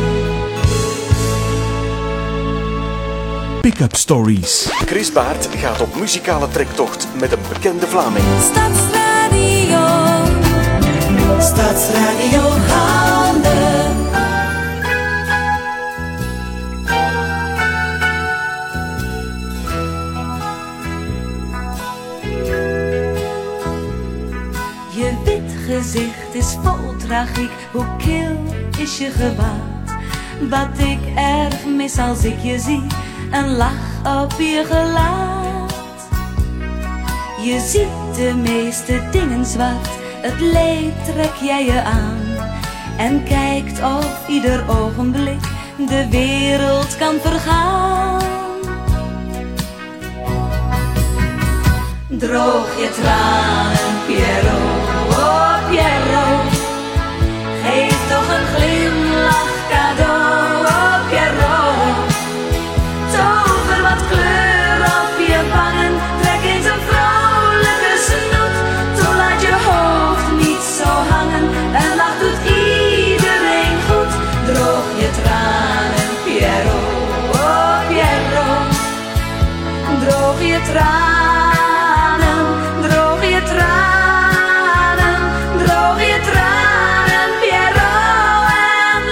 Pick-up Stories. Chris Baert gaat op muzikale trektocht met een bekende Vlaming. Stadsradio, Stadsradio Handen. Je wit gezicht is vol tragiek, hoe kil is je gewaad. Wat ik erg mis als ik je zie, een lach op je gelaat. Je ziet de meeste dingen zwart, het leed trek jij je aan. En kijkt of ieder ogenblik de wereld kan vergaan. Droog je tranen, Pierrot, oh Pierrot. Geef toch een glimlach cadeau, oh Pierrot. Tover wat kleur op je wangen, trek eens een vrolijke snoet. Toen laat je hoofd niet zo hangen, en lach doet iedereen goed. Droog je tranen, Pierrot, oh Pierrot. Droog je tranen, droog je tranen, droog je tranen, Pierrot, en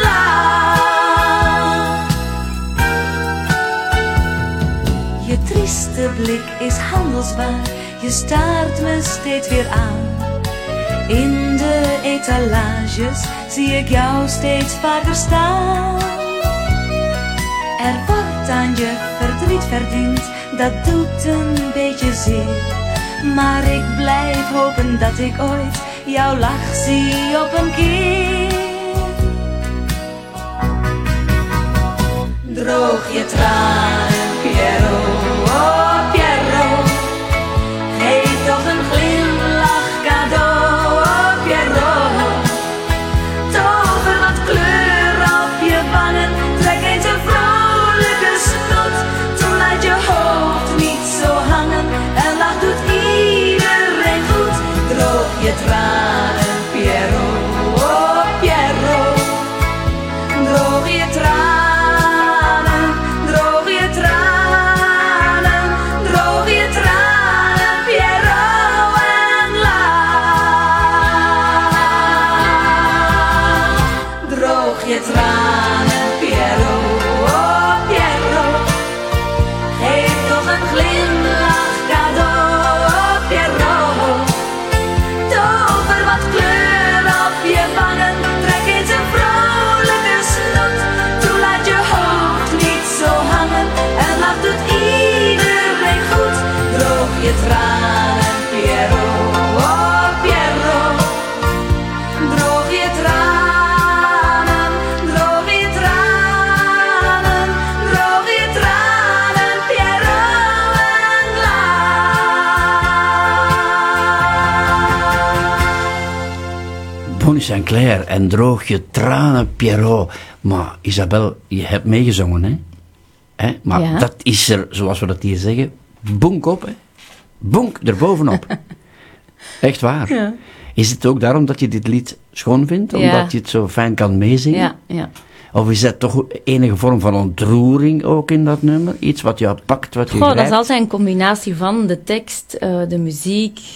lach. Je trieste blik is handelswaar, je staart me steeds weer aan. In de etalages zie ik jou steeds vaker staan. Er wordt aan je verdriet verdiend, dat doet een beetje zeer. Maar ik blijf hopen dat ik ooit jouw lach zie op een keer. Droog je tranen, Pierrot, oh Pierrot. Geef toch een glimlach cadeau, oh Pierrot. Tover wat kleur op je wangen, trek eens een vrolijke snoet. Toen laat je hoofd niet zo hangen, en lach doet iedereen goed. Droog je tranen, Pierrot, oh Pierrot. Droog je tranen, droog je tranen, droog je tranen, Pierrot, en lach. Droog je tranen, Pierrot, oh Pierrot. Geef toch een glimlach cadeau, oh Pierrot. Tover wat kleur op je wangen, trek eens een vrolijke snoet. Toen laat je hoofd niet zo hangen, en lach doet iedereen goed. Droog je tranen, Pierrot, oh Pierrot. Droog je tranen, droog je tranen, droog je tranen, Pierrot, en lach. Bonnie Sinclair en Droog je tranen, Pierrot. Maar Isabel, je hebt meegezongen, hè? hè? Maar Ja. dat is er, zoals we dat hier zeggen, bonk op, hè? Bonk erbovenop. Echt waar. Ja. Is het ook daarom dat je dit lied schoon vindt? Ja. Omdat je het zo fijn kan meezingen? Ja, ja. Of is dat toch enige vorm van ontroering ook in dat nummer? Iets wat jou pakt, wat je Goh, dat is grijpt? altijd een combinatie van de tekst, eh, de muziek. Ik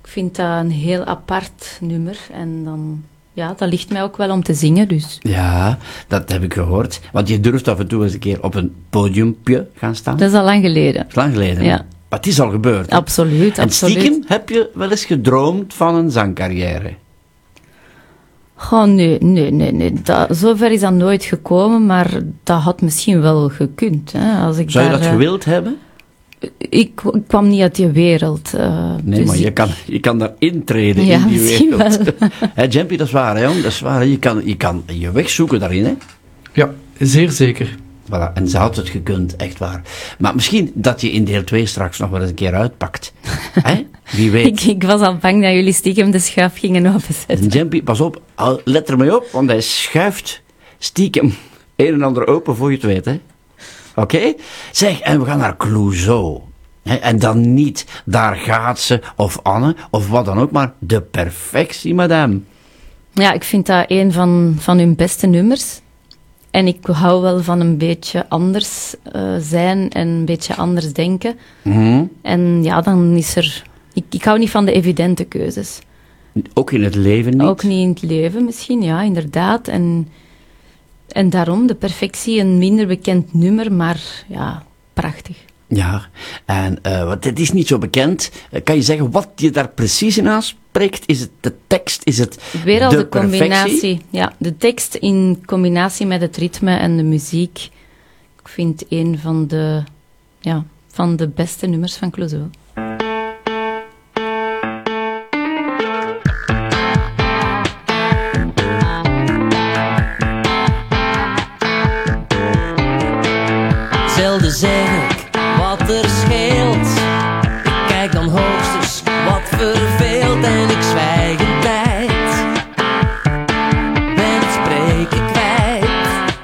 Ik vind dat een heel apart nummer. En dan, ja, dat ligt mij ook wel om te zingen, dus. Ja, dat heb ik gehoord. Want je durft af en toe eens een keer op een podiumpje gaan staan. Dat is al lang geleden. Dat is lang geleden. Ja. Maar het is al gebeurd. Hè? Absoluut, En absoluut. stiekem heb je wel eens gedroomd van een zangcarrière. Oh, nee, nee, nee, nee. Dat, zover is dat nooit gekomen, maar dat had misschien wel gekund. Hè, als ik Zou je daar, dat eh, gewild hebben? Ik, ik kwam niet uit die wereld. eh, Nee, dus maar je ik- kan, je kan daar intreden Ja, in die misschien wereld. wel. Hé, Jampie, dat is waar, hè, jong. Dat is waar. Hè. Je kan, je kan je weg zoeken daarin, hè. Ja, zeer zeker. Voilà. En ze had het gekund, echt waar. Maar misschien dat je in deel twee straks nog wel eens een keer uitpakt. Hè? Wie weet. Ik, ik was al bang dat jullie stiekem de schuif gingen openzetten. Jampie, pas op, al- let er mee op, want hij schuift stiekem een en ander open voor je het weet, hè. Oké? Zeg, en we gaan naar Clouseau. Hè, en dan niet, daar gaat ze, of Anne, of wat dan ook, maar de perfectie, madame. Ja, ik vind dat een van, van hun beste nummers. En ik hou wel van een beetje anders eh, zijn en een beetje anders denken. Mhm. En ja, dan is er... Ik, ik hou niet van de evidente keuzes. Ook in het leven niet. Ook niet in het leven misschien, ja, inderdaad. En, en daarom de perfectie, een minder bekend nummer, maar ja, prachtig. Ja, en uh, want het is niet zo bekend. Uh, kan je zeggen wat je daar precies in aanspreekt? Is het de tekst? Is het Weer al de, de, perfectie? combinatie. Ja, de tekst in combinatie met het ritme en de muziek. Ik vind een van de, ja, van de beste nummers van Clouseau. Zelden zeg ik wat er scheelt. Ik kijk dan hoogstens wat verveelt en ik zwijg een tijd. Ben het spreken kwijt.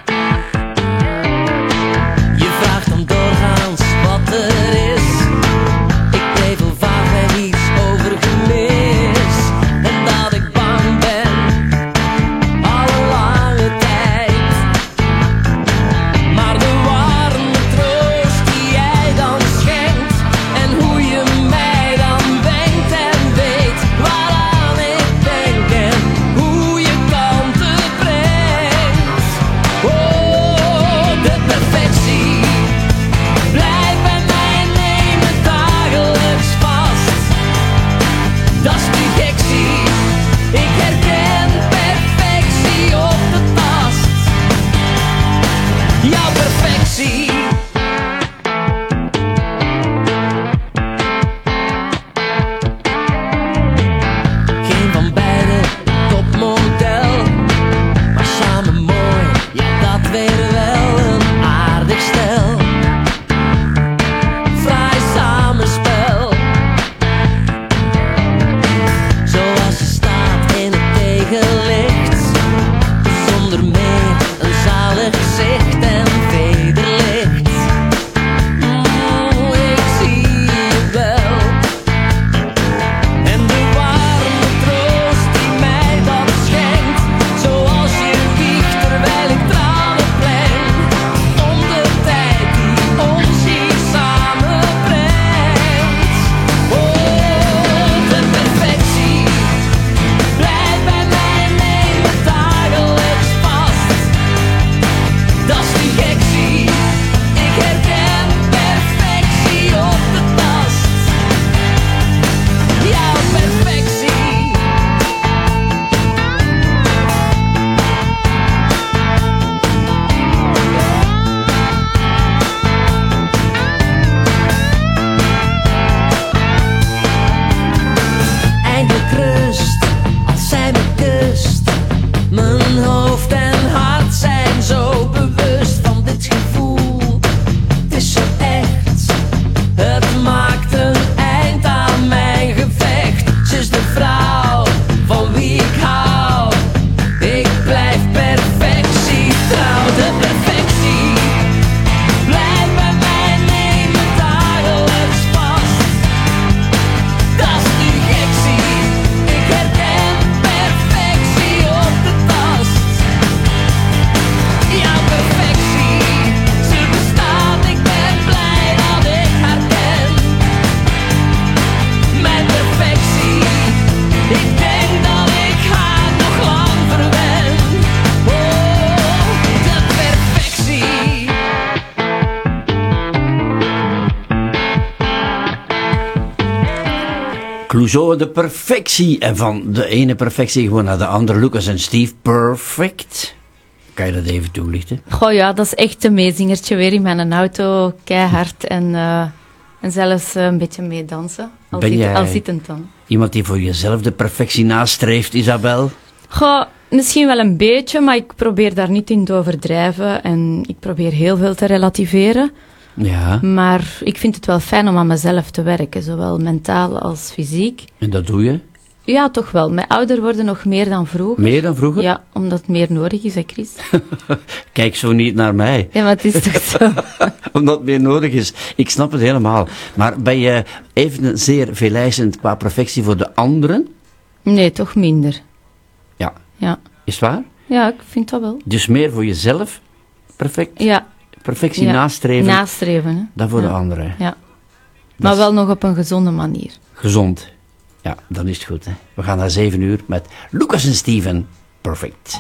Je vraagt dan doorgaans wat er is. Ik prevel vaag en iets over gemis. En dat ik bang ben, alle lange tijd. Maar de warme troost die Clouseau, de perfectie. En van de ene perfectie gewoon naar de andere. Lucas en Steve, perfect. Kan je dat even toelichten? Goh ja, dat is echt een meezingertje weer in mijn auto, keihard en, uh, en zelfs uh, een beetje meedansen. Al, Ben zit, jij al zittend dan. Iemand die voor jezelf de perfectie nastreeft, Isabel? Goh, misschien wel een beetje, maar ik probeer daar niet in te overdrijven en ik probeer heel veel te relativeren. Ja. Maar ik vind het wel fijn om aan mezelf te werken, zowel mentaal als fysiek. En dat doe je? Ja, toch wel. Met ouder worden nog meer dan vroeger. Meer dan vroeger? Ja, omdat het meer nodig is, hè, Chris? Kijk zo niet naar mij. Ja, maar het is toch zo. Omdat het meer nodig is. Ik snap het helemaal. Maar ben je evenzeer veeleisend qua perfectie voor de anderen? Nee, toch minder. Ja. Ja. Is het waar? Ja, ik vind dat wel. Dus meer voor jezelf perfect? Ja. Perfectie ja. nastreven? Nastreven, hè. Dan voor ja. de anderen? Ja. Maar is wel nog op een gezonde manier. Gezond. Ja, dan is het goed. Hè. We gaan naar zeven uur met Lucas en Steven. Perfect.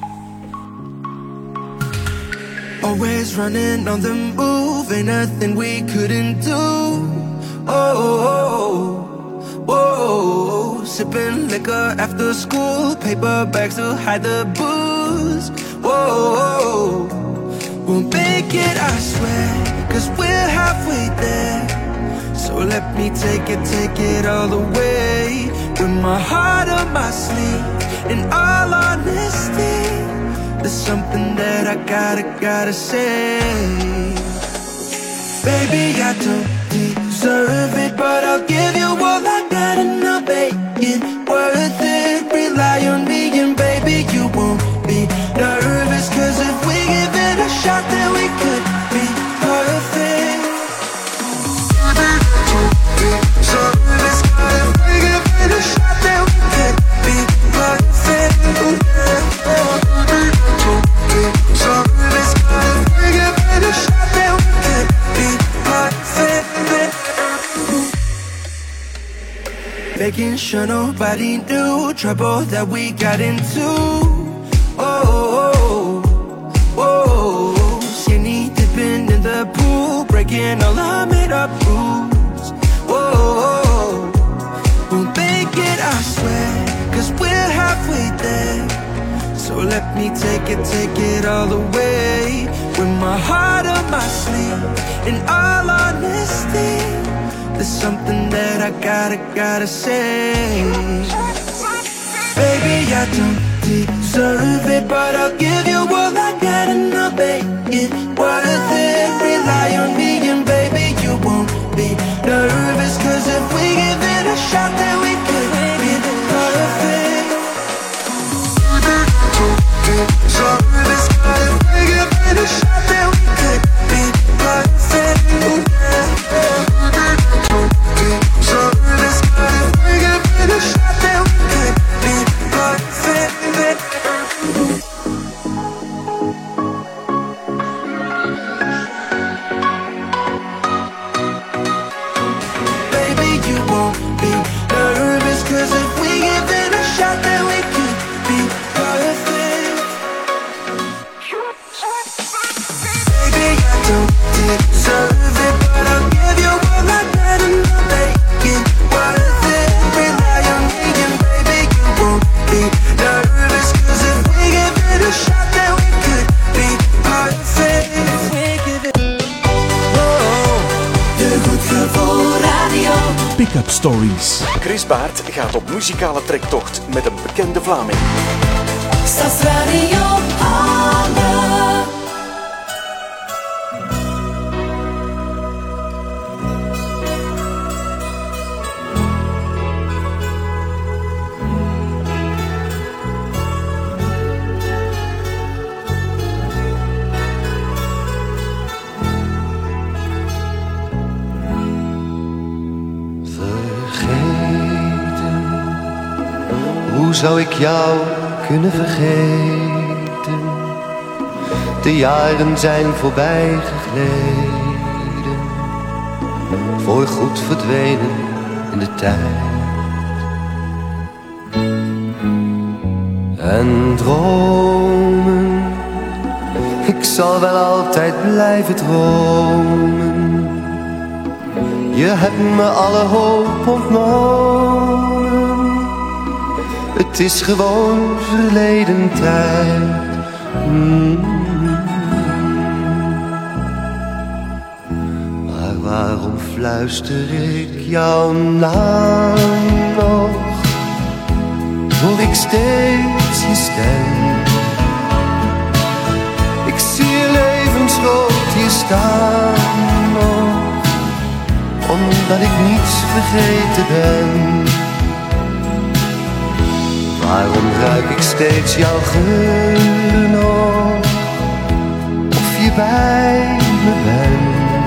Always running on the move, ain't nothing we couldn't do. Oh, oh, oh, oh. Sipping liquor after school, paper bags to hide the booze. Whoa, oh, we'll make it, I swear, cause we're halfway there. So let me take it, take it all the way. With my heart on my sleeve, in all honesty, there's something that I gotta, gotta say. Baby, I don't deserve it, but I'll give you all I got and I'll make it worth it. Rely on me and baby, you won't be nervous, cause if we give it a shot, then we could be perfect. So let's go and we give it a shot, then we could be perfect. So let's go and we give it a shot, then we could be perfect. Making sure nobody knew trouble that we got into. Oh, oh, oh, oh. Skinny dipping in the pool, breaking all our made up rules. Whoa, we'll make it, I swear, cause we're halfway there. So let me take it, take it all the way. With my heart on my sleeve, in all honesty, there's something that I gotta, gotta say. Baby, I don't deserve it, but I'll give you all I got and I'll make it worth it. Rely on me and baby, you won't be nervous, cause if we give it a shot, then we could be perfect. So let's go and we give it a shot, then we could be perfect. So let's go and we give it a shot, then we could be perfect. Baby, you won't be nervous, cause if we give it a shot, then we could be perfect. Baby, I don't deserve it, but I'll give you all I got and I'll make it worth it. Rely on me and baby, you won't be nervous, cause if we give it a shot, then we could be perfect. If we give it, oh, de Goed Gevoel Radio. Pick-up Stories. Chris Baert gaat op muzikale trektocht met een bekende Vlaming. Stadsradio Halle. Hoe zou ik jou kunnen vergeten? De jaren zijn voorbij gegleden, voorgoed verdwenen in de tijd. En dromen, ik zal wel altijd blijven dromen. Je hebt me alle hoop ontnomen. Het is gewoon verleden tijd. Mm. Maar waarom fluister ik jouw naam nog? Hoor ik steeds je stem. Ik zie je levensgroot hier staan nog, omdat ik niets vergeten ben. Waarom ruik ik steeds jouw geur nog, of je bij me bent?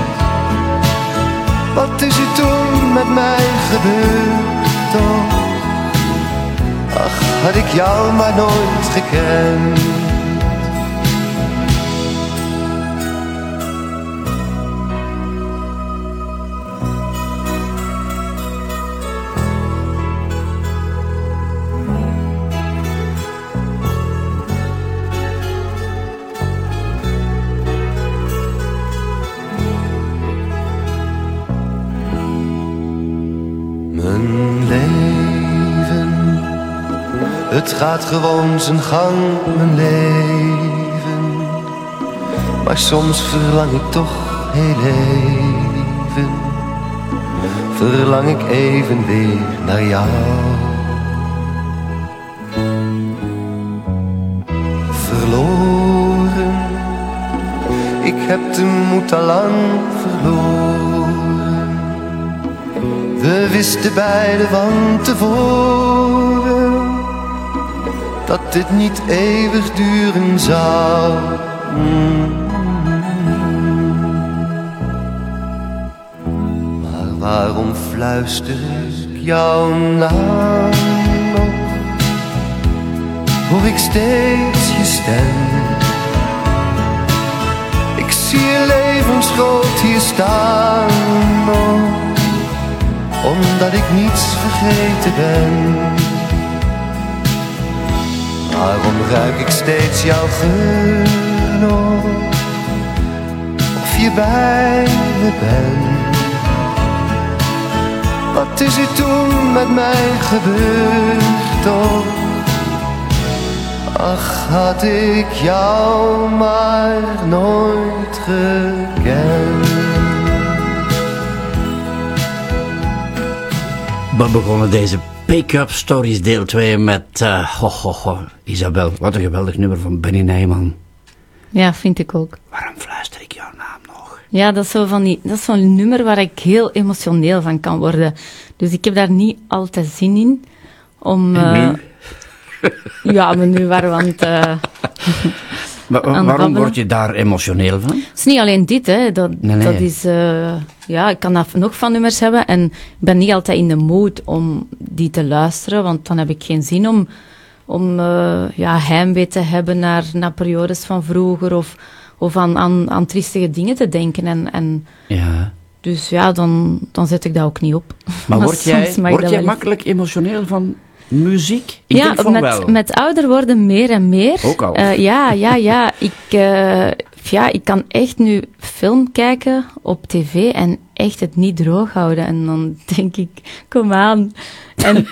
Wat is er toen met mij gebeurd toch? Ach, had ik jou maar nooit gekend. Het gaat gewoon zijn gang, mijn leven. Maar soms verlang ik toch heel even. Verlang ik even weer naar jou. Verloren, ik heb de moed al lang verloren. We wisten beiden van tevoren dat dit niet eeuwig duren zou. Mm. Maar waarom fluister ik jouw naam nog? Hoor ik steeds je stem. Ik zie je levensgroot hier staan nog, omdat ik niets vergeten ben. Waarom ruik ik steeds jouw geur nog, of je bij me bent? Wat is er toen met mij gebeurd toch? Ach, had ik jou maar nooit gekend. We begonnen deze Pick-up Stories deel twee met uh, ho, ho, ho, Isabel. Wat een geweldig nummer van Benny Nijman. Ja, vind ik ook. Waarom fluister ik jouw naam nog? Ja, dat is zo van die, dat is zo'n nummer waar ik heel emotioneel van kan worden. Dus ik heb daar niet altijd zin in. Om, en nu? Uh, ja, maar nu waren we aan het... Uh, maar, waarom babbelen. Word je daar emotioneel van? Het is niet alleen dit, hè. Dat, nee, nee. dat is... Uh, ja, ik kan nog van nummers hebben en ik ben niet altijd in de mood om die te luisteren, want dan heb ik geen zin om, om uh, ja, heimwee te hebben naar, naar periodes van vroeger of, of aan, aan, aan triestige dingen te denken. En, en ja. Dus ja, dan, dan zet ik dat ook niet op. Maar, maar word jij, word jij makkelijk emotioneel van muziek? Ik ja, denk van met, wel. met ouder worden meer en meer. Ook al? Uh, ja, ja, ja. Ik, uh, ja, ik kan echt nu film kijken op tv en echt het niet droog houden. En dan denk ik, kom aan. En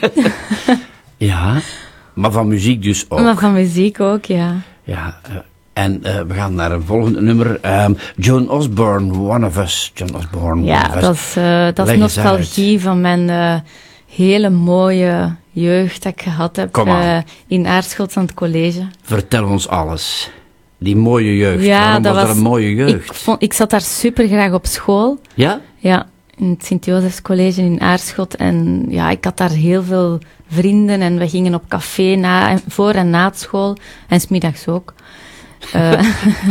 ja, maar van muziek dus ook. Maar van muziek ook, ja. Ja, uh, en uh, we gaan naar een volgende nummer. Um, Joan Osborne, One of Us. John Osborne, ja, One of dat Us. is, uh, dat is nostalgie uit. Van mijn uh, hele mooie jeugd dat ik gehad heb uh, in Aarschot aan het college. Vertel ons alles. Die mooie jeugd. Ja, Waarom dat was was dat een mooie jeugd? Ik, vond, ik zat daar super graag op school. Ja? Ja, in het Sint-Jozefs College in Aarschot. En ja, ik had daar heel veel vrienden en we gingen op café na, voor en na school. En 's middags ook. Uh,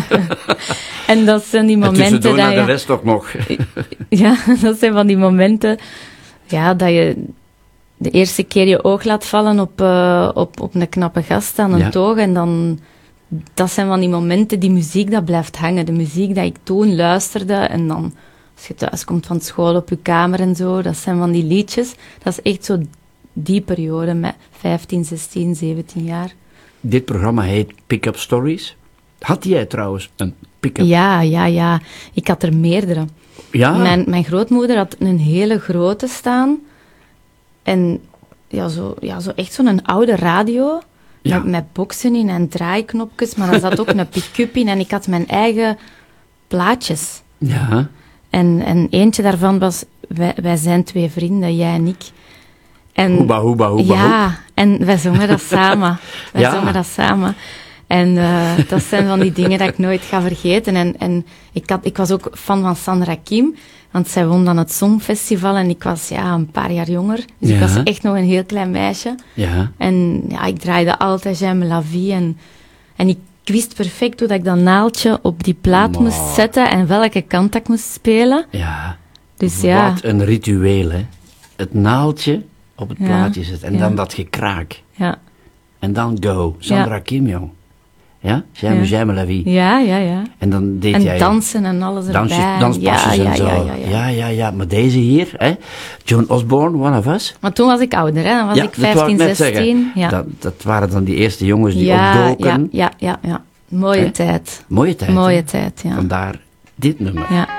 en dat zijn die momenten... En tussendoor dat naar je, de rest ook nog. Ja, dat zijn van die momenten... Ja, dat je de eerste keer je oog laat vallen op, uh, op, op een knappe gast aan een ja. toog. En dan... Dat zijn van die momenten, die muziek dat blijft hangen. De muziek dat ik toen luisterde. En dan, als je thuis komt van school op je kamer en zo, dat zijn van die liedjes. Dat is echt zo die periode met vijftien, zestien, zeventien jaar. Dit programma heet Pick-up Stories. Had jij trouwens een pick-up? Ja, ja, ja. Ik had er meerdere. Ja? Mijn, mijn grootmoeder had een hele grote staan. En ja, zo, ja, zo echt zo'n oude radio. Ja. Met, met boxen in en draaiknopjes. Maar er zat ook een pick-up in. En ik had mijn eigen plaatjes. Ja. En, en eentje daarvan was... Wij, wij zijn twee vrienden, jij en ik. En, Hoeba, hoeba, hoeba, Ja, hoep. en wij zongen dat samen. Wij Ja. zongen dat samen. En uh, dat zijn van die dingen dat ik nooit ga vergeten. En, en ik, had, ik was ook fan van Sandra Kim, want zij won dan het Songfestival en ik was ja, een paar jaar jonger. Dus Ja. ik was echt nog een heel klein meisje. Ja. En ja, ik draaide altijd J'aime la vie. En, en ik wist perfect hoe dat ik dat naaldje op die plaat Maar. moest zetten en welke kant ik moest spelen. Ja. Dus ja, Wat een ritueel, hè. Het naaldje op het Ja. plaatje zetten en Ja. dan dat gekraak. ja, En dan go. Sandra Ja. Kim, jong. Ja? J'aime, Ja. j'aime la vie. ja, ja, ja. En dan deed En jij... dansen en alles erbij. Dansjes, danspasjes ja, ja, en zo. Ja, ja, ja. ja, ja, ja. Maar deze hier, hè. Joan Osborne, One of Us. Maar toen was ik ouder, hè. Dan was ja, ik dat wou vijftien, net zeggen. zestien. Ja. Dat, dat waren dan die eerste jongens die ja, opdoken. ja, ja, ja, ja. Mooie Hè? tijd. Mooie tijd. Mooie hè? tijd, ja. Vandaar dit nummer. Ja.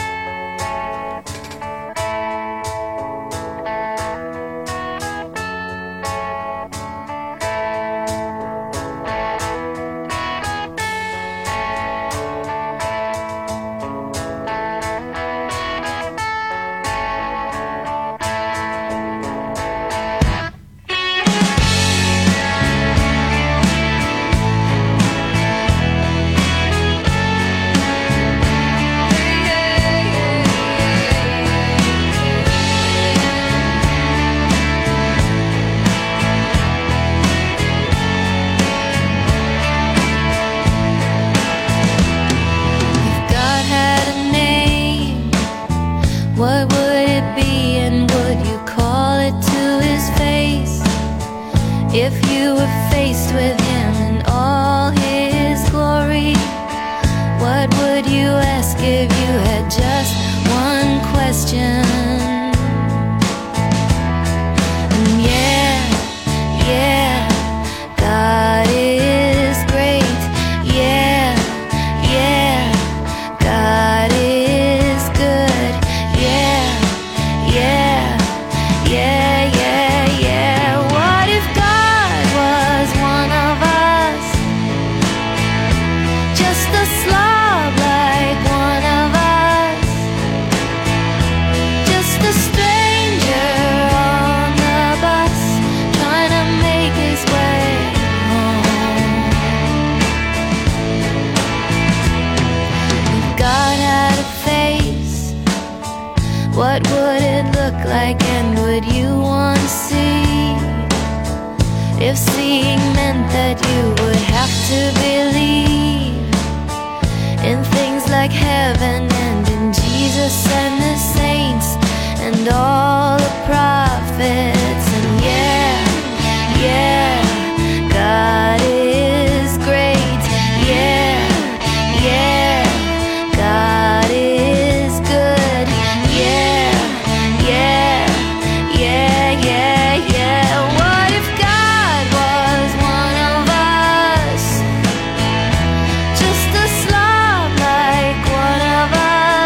If God had a name, what would it be and would you call it to his face? If you were faced with him in all his glory, what would you ask if you had just one question? And yeah, yeah, God is great. Yeah, yeah, God is good. Yeah, yeah, yeah, yeah, yeah. What if God was one of us? Just a slob like one of us. Just a stranger on the bus trying to make his way home. If God had a face, what would it look like and would you want to see? If seeing meant that you would have to believe in things like heaven and in Jesus and the saints and all the prophets. And yeah, yeah, God is great. Yeah, yeah, God is good. Yeah, yeah, yeah, yeah, yeah. What if God was one of us? Just a slob like one of us.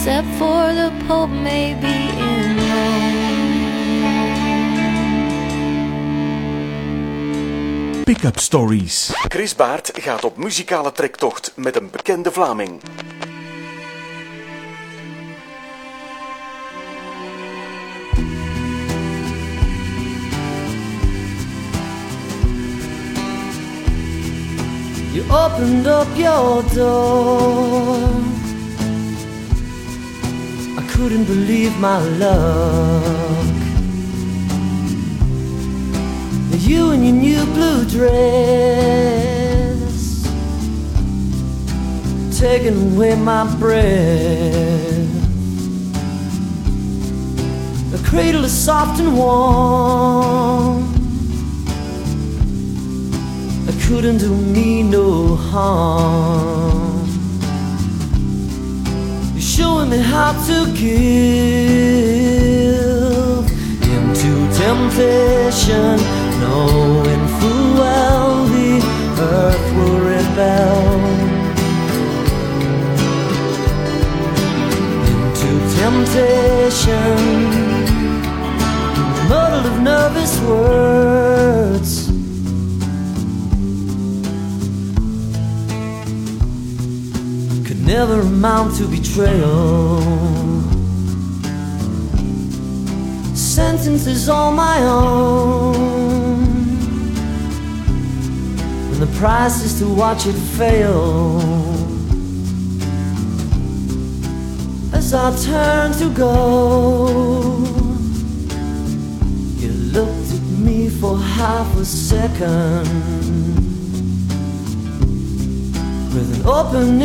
except for the Pope maybe in Rome. Pick-up Stories. Chris Baert gaat op muzikale trektocht met een bekende Vlaming. You opened up your door. I couldn't believe my luck. You in your new blue dress, taking away my breath. The cradle is soft and warm. It couldn't do me no harm. You're showing me how to give into temptation, knowing full well the earth will rebel. Into temptation, muddled of nervous words. Could never amount to betrayal. Sentence is all my own, and the price is to watch it fail. As I turn to go, you looked at me for half a second with an open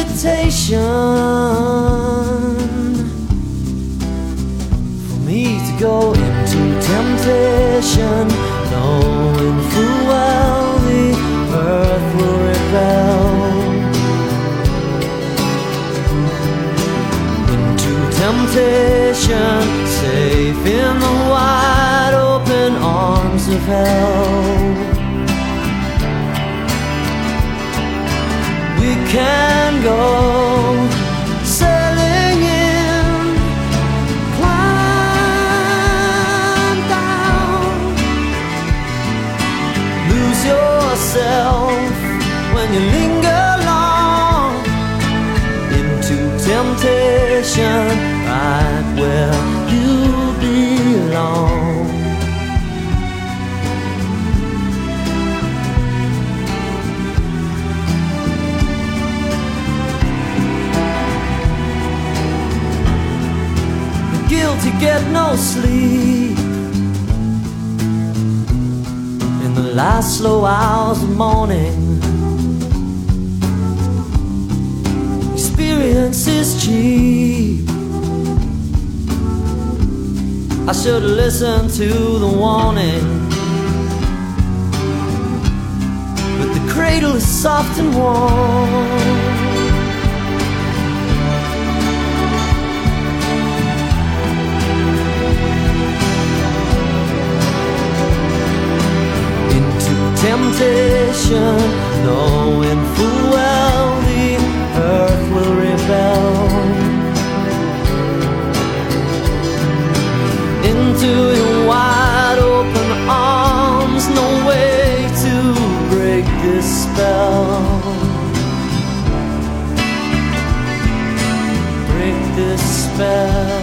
invitation me to go into temptation, knowing full well the earth will rebel. Into temptation, safe in the wide open arms of hell. We can go sailing in, climb down, lose yourself when you linger long into temptation, right where you belong. To get no sleep in the last slow hours of morning. Experience is cheap. I should have listened to the warning, but the cradle is soft and warm. Temptation, knowing full well the earth will rebel. Into your wide open arms, no way to break this spell. Break this spell.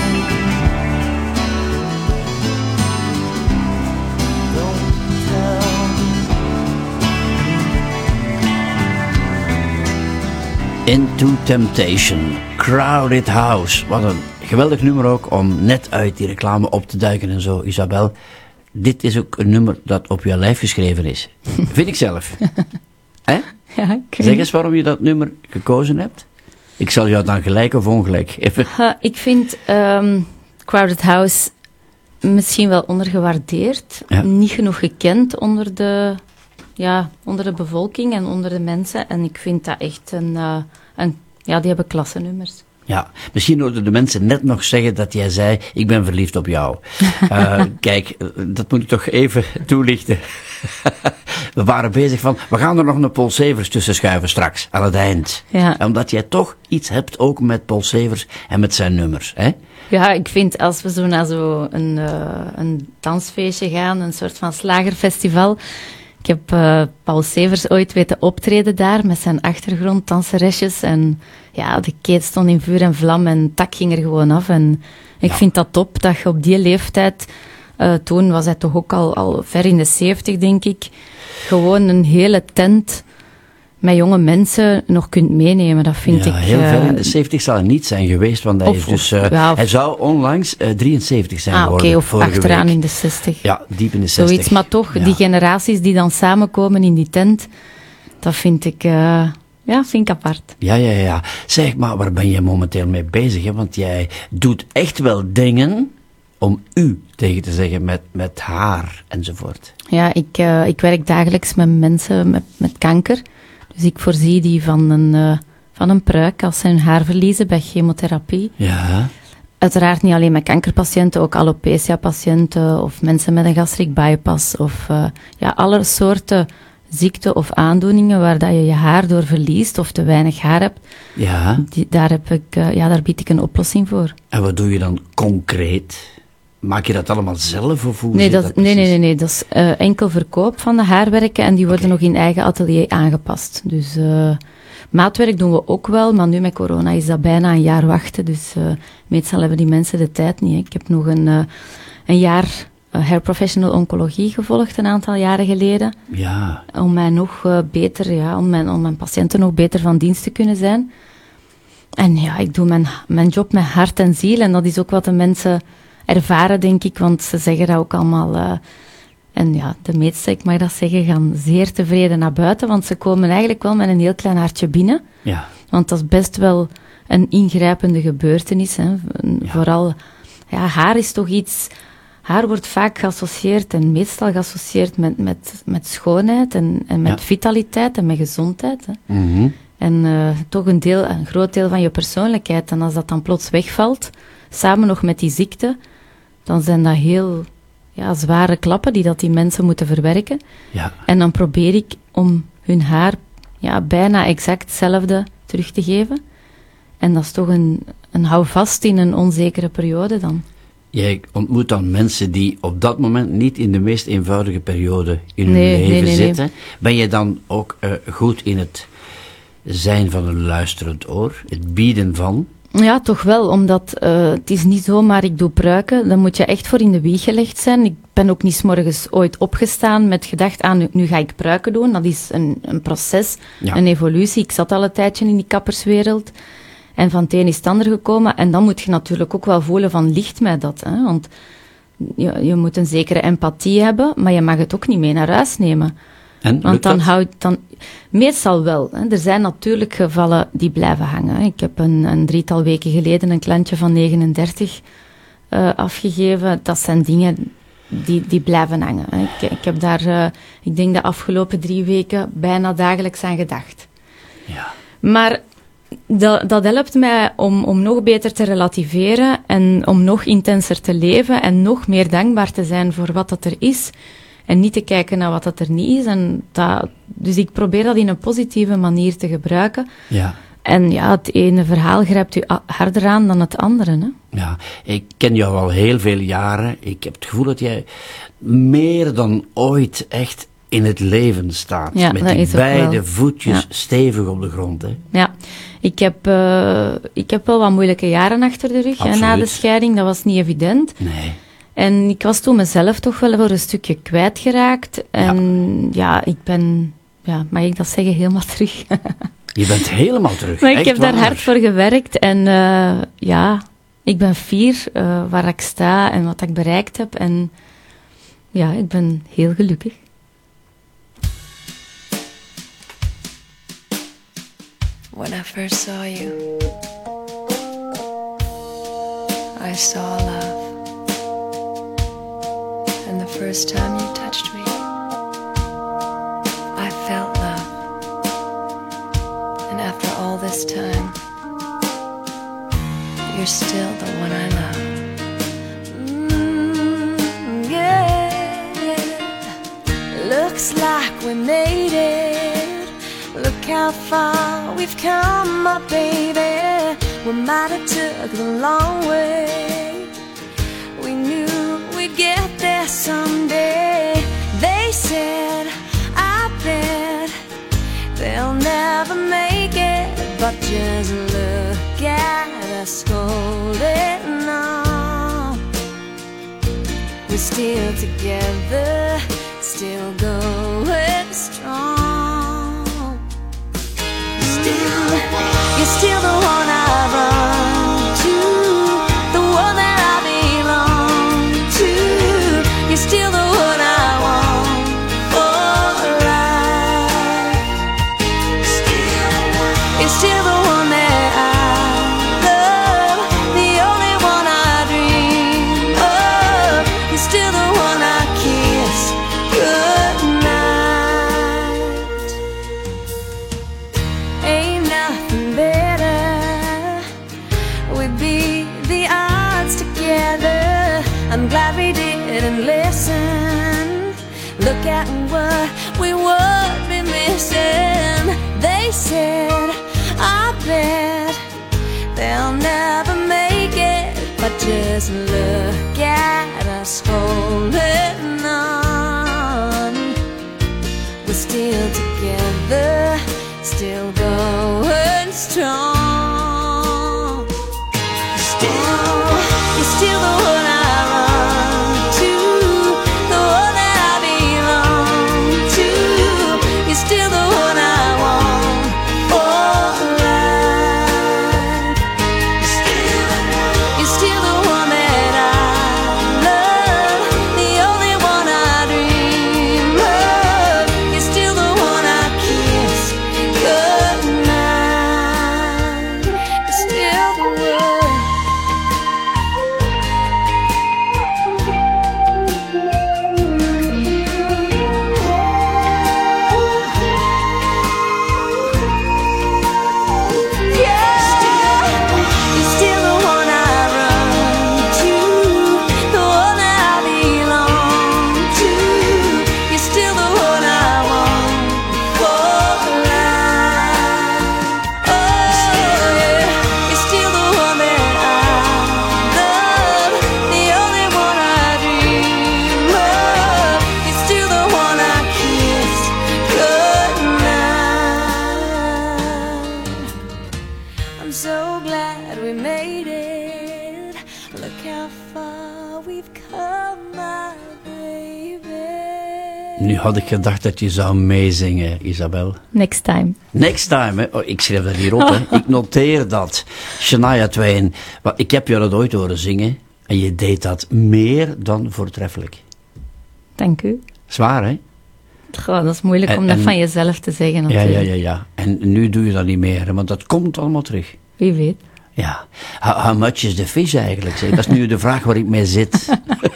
Into Temptation, Crowded House. Wat een geweldig nummer ook om net uit die reclame op te duiken en zo, Isabel. Dit is ook een nummer dat op je lijf geschreven is. Vind ik zelf. Hè? Ja, ik zeg eens waarom je dat nummer gekozen hebt. Ik zal jou dan gelijk of ongelijk even... Uh, ik vind um, Crowded House misschien wel ondergewaardeerd. Ja. Niet genoeg gekend onder de... Ja, onder de bevolking en onder de mensen. En ik vind dat echt een... Uh, een ja, die hebben klassenummers. Ja, misschien hoorden de mensen net nog zeggen dat jij zei, ik ben verliefd op jou. uh, kijk, dat moet ik toch even toelichten. We waren bezig van, we gaan er nog een Paul Severs tussen schuiven straks, aan het eind. Ja. Omdat jij toch iets hebt ook met Paul Severs en met zijn nummers, hè? Ja, ik vind als we zo naar zo een, uh, een dansfeestje gaan, een soort van slagerfestival. Ik heb uh, Paul Severs ooit weten optreden daar met zijn achtergrond, danseresjes. En ja, de keet stond in vuur en vlam en het tak ging er gewoon af. En ik Ja. vind dat top dat je op die leeftijd, uh, toen was hij toch ook al, al ver in de zeventig, denk ik, gewoon een hele tent met jonge mensen nog kunt meenemen. Dat vind ja, ik... heel uh, ver in de zeventig zal hij niet zijn geweest, want hij Of- is dus... of- uh, ja, of- hij zou onlangs uh, drieënzeventig zijn Ah, oké, geworden, of vorige achteraan week. in de zestig. Ja, diep in de zestig. Zoiets, maar toch, Ja. die generaties die dan samenkomen in die tent, dat vind ik, uh, ja, vind ik apart. Ja, ja, ja. Zeg maar, waar ben je momenteel mee bezig? Hè? Want jij doet echt wel dingen om u tegen te zeggen met, met haar enzovoort. Ja, ik, uh, ik werk dagelijks met mensen met, met kanker. Dus ik voorzie die van een, uh, van een pruik als ze hun haar verliezen bij chemotherapie. Ja. Uiteraard niet alleen met kankerpatiënten, ook alopecia-patiënten of mensen met een gastric bypass of uh, ja, alle soorten ziekten of aandoeningen waar dat je je haar door verliest of te weinig haar hebt. Ja. Die, daar, heb ik, uh, ja, daar bied ik een oplossing voor. En wat doe je dan concreet? Maak je dat allemaal zelf of hoe Nee, zit dat, dat nee, nee, precies? nee, nee, dat is uh, enkel verkoop van de haarwerken en die worden Oké. nog in eigen atelier aangepast. Dus uh, maatwerk doen we ook wel, maar nu met corona is dat bijna een jaar wachten. Dus uh, meestal hebben die mensen de tijd niet. Hè. Ik heb nog een, uh, een jaar uh, hair professional oncologie gevolgd een aantal jaren geleden. Ja. Om mij nog uh, beter, ja, om mijn, om mijn patiënten nog beter van dienst te kunnen zijn. En ja, ik doe mijn, mijn job met hart en ziel en dat is ook wat de mensen ervaren, denk ik, want ze zeggen dat ook allemaal. Uh, en ja, de meesten, ik mag dat zeggen, gaan zeer tevreden naar buiten, want ze komen eigenlijk wel met een heel klein hartje binnen. Ja. Want dat is best wel een ingrijpende gebeurtenis. Hè. Een- Ja. Vooral, ja, haar is toch iets... Haar wordt vaak geassocieerd en meestal geassocieerd met, met, met schoonheid en, en met Ja. vitaliteit en met gezondheid. Hè. Mhm. En uh, toch een, deel, een groot deel van je persoonlijkheid. En als dat dan plots wegvalt, samen nog met die ziekte, dan zijn dat heel ja, zware klappen die dat die mensen moeten verwerken. Ja. En dan probeer ik om hun haar ja, bijna exact hetzelfde terug te geven. En dat is toch een, een houvast in een onzekere periode dan. Jij ontmoet dan mensen die op dat moment niet in de meest eenvoudige periode in hun Nee, leven nee, nee, nee. zitten. Ben je dan ook uh, goed in het zijn van een luisterend oor? Het bieden van? Ja, toch wel, omdat uh, het is niet zomaar ik doe pruiken, dan moet je echt voor in de wieg gelegd zijn. Ik ben ook niet 's morgens ooit opgestaan met gedacht aan, nu, nu ga ik pruiken doen. Dat is een, een proces, Ja. een evolutie. Ik zat al een tijdje in die kapperswereld en van het een is het ander gekomen. En dan moet je natuurlijk ook wel voelen van, ligt mij dat? Hè? Want je, je moet een zekere empathie hebben, maar je mag het ook niet mee naar huis nemen. En Want lukt dan dat? houdt dan meestal wel. Hè. Er zijn natuurlijk gevallen die blijven hangen. Hè. Ik heb een, een drietal weken geleden een klantje van negenendertig uh, afgegeven. Dat zijn dingen die, die blijven hangen. Hè. Ik, ik heb daar, uh, ik denk de afgelopen drie weken bijna dagelijks aan gedacht. Ja. Maar dat, dat helpt mij om, om nog beter te relativeren en om nog intenser te leven en nog meer dankbaar te zijn voor wat dat er is. En niet te kijken naar wat dat er niet is. En dat, dus ik probeer dat in een positieve manier te gebruiken. Ja. En ja, het ene verhaal grijpt u a- harder aan dan het andere. Hè? Ja, ik ken jou al heel veel jaren. Ik heb het gevoel dat jij meer dan ooit echt in het leven staat. Ja, met dat die is ook beide wel. voetjes Ja. stevig op de grond. Hè? Ja, ik heb, uh, ik heb wel wat moeilijke jaren achter de rug hè, na de Absoluut. scheiding. Dat was niet evident. Nee. En ik was toen mezelf toch wel voor een stukje kwijtgeraakt. En ja, ik ben, ja, mag ik dat zeggen, helemaal terug. Je bent helemaal terug. Maar ik echt heb daar waar. hard voor gewerkt. En uh, ja, ik ben fier uh, waar ik sta en wat ik bereikt heb. En ja, ik ben heel gelukkig. When I first saw you, I saw love. And the first time you touched me, I felt love. And after all this time, you're still the one I love. Mm, yeah. Looks like we made it. Look how far we've come, my baby. We might have took the long way. We knew we'd get there someday. They said, I bet they'll never make it, but just look at us holding on. We're still together, still going strong. Still, you're still the one I run to, the one that I belong to. You're still the one I want for life. Still, you're still the one that I love, the only one I dream of. You're still the one I kiss goodnight. Ain't nothing better. We beat the odds together. I'm glad we didn't listen. Look at what we would be missing. They said, I bet they'll never make it, but just look at us holding on. We're still together, still going strong. Still, you're still the one I run to, the one that I belong to. You're still the one I want for life. Still, you're still the one that I love, the only one I dream of. You're still the one I kiss goodnight. You're still the one. You're still the one I run to, the one that I belong to. You're still the one I want for life. Oh yeah, you're still the one that I love, the only one I dream of. You're still the one I kiss goodnight. I'm so glad we made it. Look how far we've come, my baby. Nu had ik gedacht dat je zou meezingen, Isabel. Next time. Next time, hè. Oh, ik schrijf dat hier op, hè. Ik noteer dat. Shania Twain. Maar ik heb je dat ooit horen zingen. En je deed dat meer dan voortreffelijk. Dank u. Zwaar, hè? Goh, dat is moeilijk En- om dat en- van jezelf te zeggen Ja, natuurlijk. ja, ja, ja. En nu doe je dat niet meer, hè, want dat komt allemaal terug. Wie weet. Ja. How, how much is the fish eigenlijk? Zeg? Dat is nu de vraag waar ik mee zit.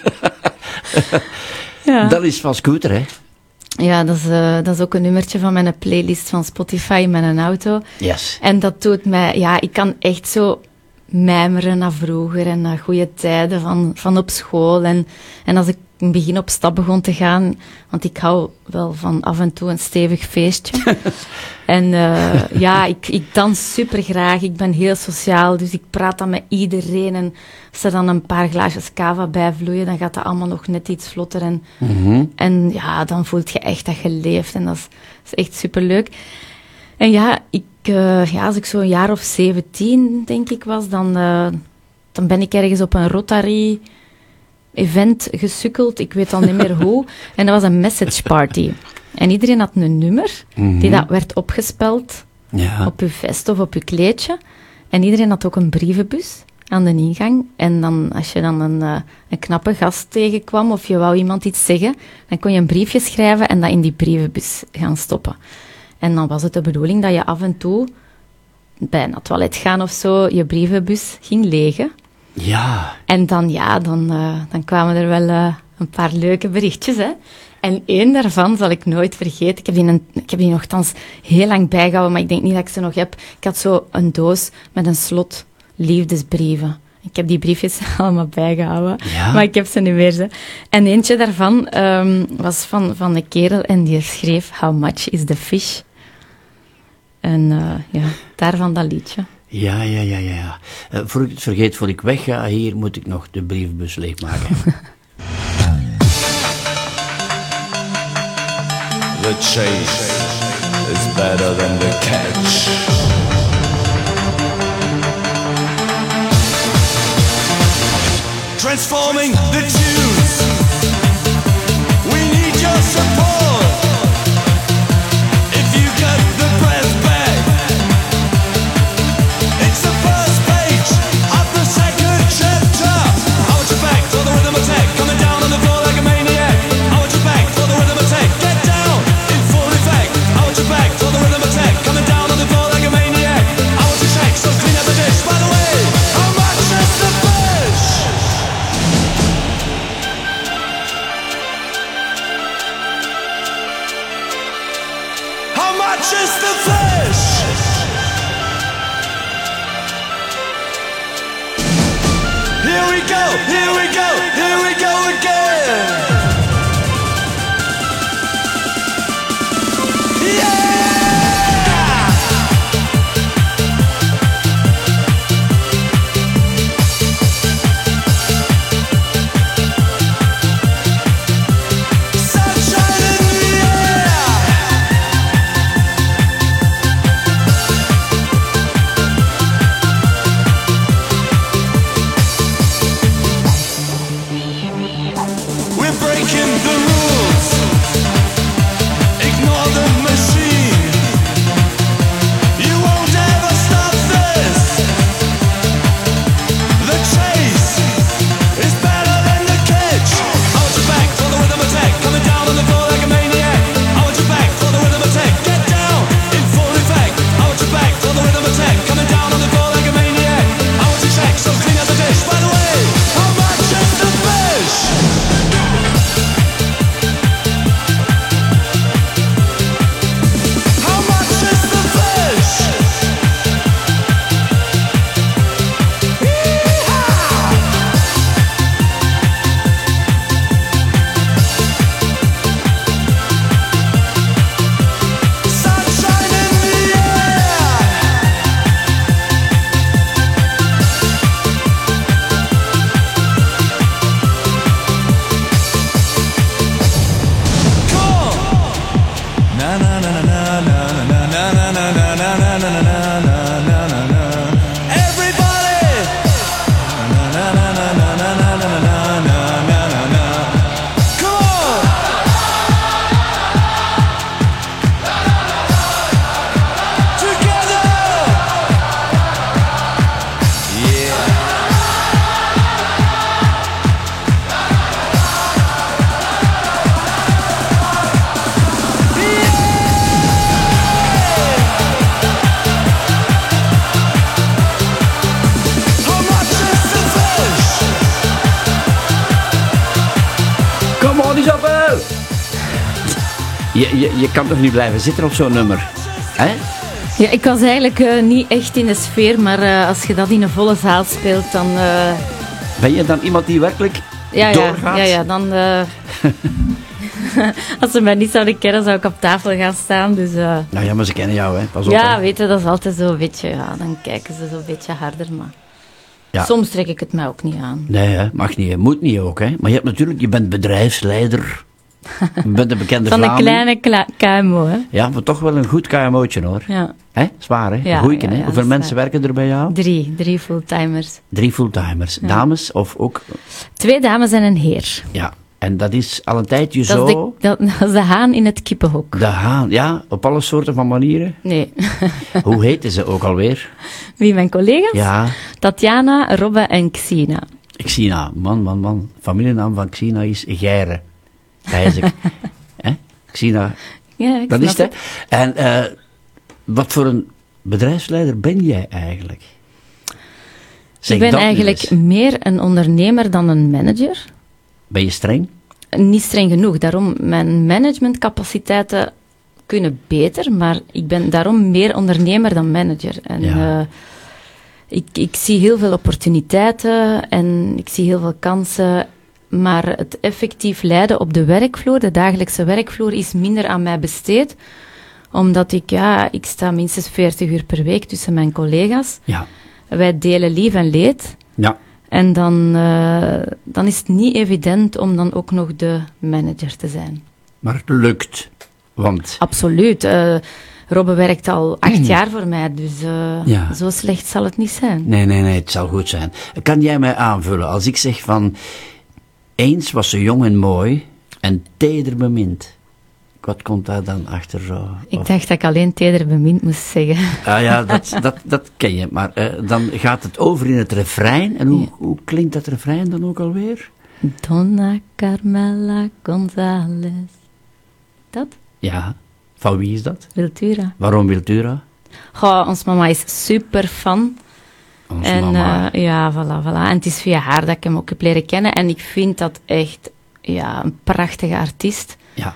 Ja. Dat is van Scooter, hè? Ja, dat is, eh, dat is ook een nummertje van mijn playlist van Spotify in mijn auto. Yes. En dat doet mij, ja, ik kan echt zo mijmeren naar vroeger en naar goede tijden van, van op school. En, en als ik in het begin op stap begon te gaan, want ik hou wel van af en toe een stevig feestje. En eh, ja, ik, ik dans super graag, ik ben heel sociaal, dus ik praat dan met iedereen. En als er dan een paar glaasjes cava bij vloeien, dan gaat dat allemaal nog net iets vlotter. En, Mhm. en ja, dan voelt je echt dat je leeft en dat is, dat is echt superleuk. En ja, ik, uh, ja, als ik zo'n jaar of zeventien, denk ik, was, dan, uh, dan ben ik ergens op een Rotary event gesukkeld. Ik weet al niet meer hoe. En dat was een message party. En iedereen had een nummer, Mhm. die dat werd opgespeld Ja. op je vest of op je kleedje. En iedereen had ook een brievenbus aan de ingang. En dan, als je dan een, uh, een knappe gast tegenkwam of je wou iemand iets zeggen, dan kon je een briefje schrijven en dat in die brievenbus gaan stoppen. En dan was het de bedoeling dat je af en toe bij naar het toilet gaan of zo je brievenbus ging legen. Ja. En dan, ja, dan, uh, dan kwamen er wel uh, een paar leuke berichtjes, hè. En één daarvan zal ik nooit vergeten. Ik heb die, een, ik heb die nogthans heel lang bijgehouden, maar ik denk niet dat ik ze nog heb. Ik had zo een doos met een slot liefdesbrieven. Ik heb die briefjes allemaal bijgehouden, Ja. maar ik heb ze niet meer. Zo. En eentje daarvan um, was van, van een kerel en die schreef How much is the fish? En uh, ja, daarvan dat liedje. Ja, ja, ja, ja. ja. Uh, voor ik het vergeet, voor ik wegga, hier moet ik nog de brievenbus leegmaken. The chase is better than the catch. Transforming the tunes. We need your support. If you got the breath back, it's the first page of the second chapter. I want you back for the rhythm attack, coming down on the floor like a maniac. I want you back for the rhythm attack, get down in full effect. I want you back for the rhythm attack, coming down on the floor like a maniac. I want you shake, so clean up the dish. By the way, how much is the fish? How much is the fish? Here we go, here we go, here we go again. Yeah! Sunshine in the air. We're breaking the rules. Ignore the machine. You won't ever stop this. The chase is better than the catch. I want you back for the rhythm attack, coming down on the floor like a maniac. I want you back for the rhythm attack, get down in full effect. I want you back for the rhythm attack, coming down on the floor like a maniac. I want you shake, so clean up the dish. By the way, how much is the fish? How much is the fish? Sunshine in the air. Cool. Na na na na na na na na na na na na na na na na na na. Everybody. Na na na na na na na na na na na na na. Cool. Together. Yeah. How much is the fish? Kom on, Isabel! Je, je, je kan toch niet blijven zitten op zo'n nummer? Hè? Ja, ik was eigenlijk uh, niet echt in de sfeer, maar uh, als je dat in een volle zaal speelt, dan... Uh, Ben je dan iemand die werkelijk ja, ja, doorgaat? ja, ja, dan... Uh, als ze mij niet zouden kennen, zou ik op tafel gaan staan, dus... Uh, Nou ja, maar ze kennen jou, hè? Pas op. ja, hè. weet je, dat is altijd zo'n beetje... Ja, dan kijken ze zo'n beetje harder, maar... Ja. Soms trek ik het mij ook niet aan. Nee, hè? Mag niet, hè? Moet niet ook, hè? Maar je hebt natuurlijk, je bent bedrijfsleider. Je bent een bekende Van een Vlaming. kleine kla- K M O, hè. Ja, maar toch wel een goed K M O'tje, hoor. Ja. Hè? Zwaar, hè? Ja, Een goeie, ja, hè? ja, Hoeveel dat is mensen waar. werken er bij jou? Drie, drie fulltimers. Drie fulltimers. Ja. Dames of ook... Twee dames en een heer. Ja. En dat is al een tijdje Dat is, zo... de, dat, dat is de haan in het kippenhok. De haan, ja, op alle soorten van manieren. Nee. Hoe heten ze ook alweer? Wie, mijn collega's? Ja, Tatjana, Robbe en Xina. Xina. Man, man, man. Familienaam van Xina is Geire. Wijs ik. Hè? Xina. Ja, ik Dat snap is het, hè? En eh, wat voor een bedrijfsleider ben jij eigenlijk? Zeg Ik ben dat nu eigenlijk eens. meer een ondernemer dan een manager. Ben je streng? Niet streng genoeg. Daarom, mijn managementcapaciteiten kunnen beter, maar ik ben daarom meer ondernemer dan manager. En Ja. eh, ik, ik zie heel veel opportuniteiten en ik zie heel veel kansen. Maar het effectief leiden op de werkvloer, de dagelijkse werkvloer, is minder aan mij besteed. Omdat ik, ja, ik sta minstens veertig uur per week tussen mijn collega's. Ja. Wij delen lief en leed. Ja. En dan, uh, dan is het niet evident om dan ook nog de manager te zijn. Maar het lukt, want... Absoluut. Uh, Robbe werkt al acht jaar voor mij, dus uh, Ja. zo slecht zal het niet zijn. Nee, nee, nee, het zal goed zijn. Kan jij mij aanvullen als ik zeg van... Eens was ze jong en mooi en teder bemind. Wat komt daar dan achter zo? Ik Of- dacht dat ik alleen teder bemind moest zeggen. Ah ja, dat, dat, dat ken je. Maar uh, dan gaat het over in het refrein. En hoe, Ja. hoe klinkt dat refrein dan ook alweer? Donna Carmela González. Dat? Ja, van wie is dat? Wiltura. Waarom Wiltura? Goh, ons mama is super fan. Ons en mama. eh, ja, voilà, voilà. En het is via haar dat ik hem ook heb leren kennen. En ik vind dat echt ja, een prachtige artiest. Ja.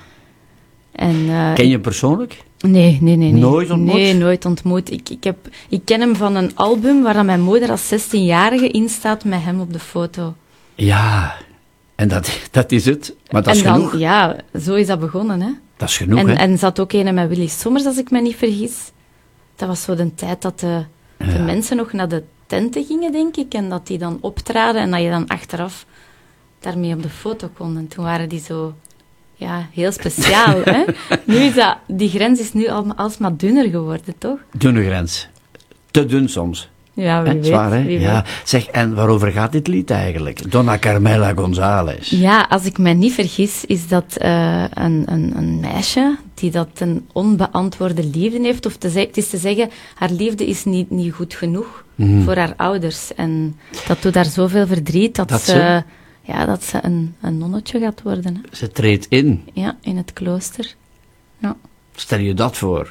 En, eh, Ken je hem persoonlijk? Nee, nee, nee. nee. Nooit ontmoet? Nee, nooit ontmoet. Ik, ik, heb, ik ken hem van een album waar dan mijn moeder als zestienjarige in staat met hem op de foto. Ja, en dat, dat is het. Maar dat is en dan, genoeg. ja, zo is dat begonnen, hè. Dat is genoeg, en, hè? en zat ook een met Willy Sommers, als ik me niet vergis. Dat was zo de tijd dat de, de Ja. mensen nog naar de tenten gingen, denk ik. En dat die dan optraden en dat je dan achteraf daarmee op de foto kon. En toen waren die zo... Ja, heel speciaal, hè. Nu is dat... Die grens is nu al, alsmaar dunner geworden, toch? Dunne grens. Te dun soms. Ja, wie Hè, weet. zwaar, hè? wie Ja. weet. Zeg, en waarover gaat dit lied eigenlijk? Donna Carmela González. Ja, als ik mij niet vergis, is dat eh, een, een, een meisje die dat een onbeantwoorde liefde heeft. Of te zeg, het is te zeggen, haar liefde is niet, niet goed genoeg Mhm. voor haar ouders. En dat doet haar zoveel verdriet dat, Dat ze, ze- Ja, dat ze een, een nonnetje gaat worden. Hè. Ze treedt in. Ja, in het klooster. Ja. Stel je dat voor.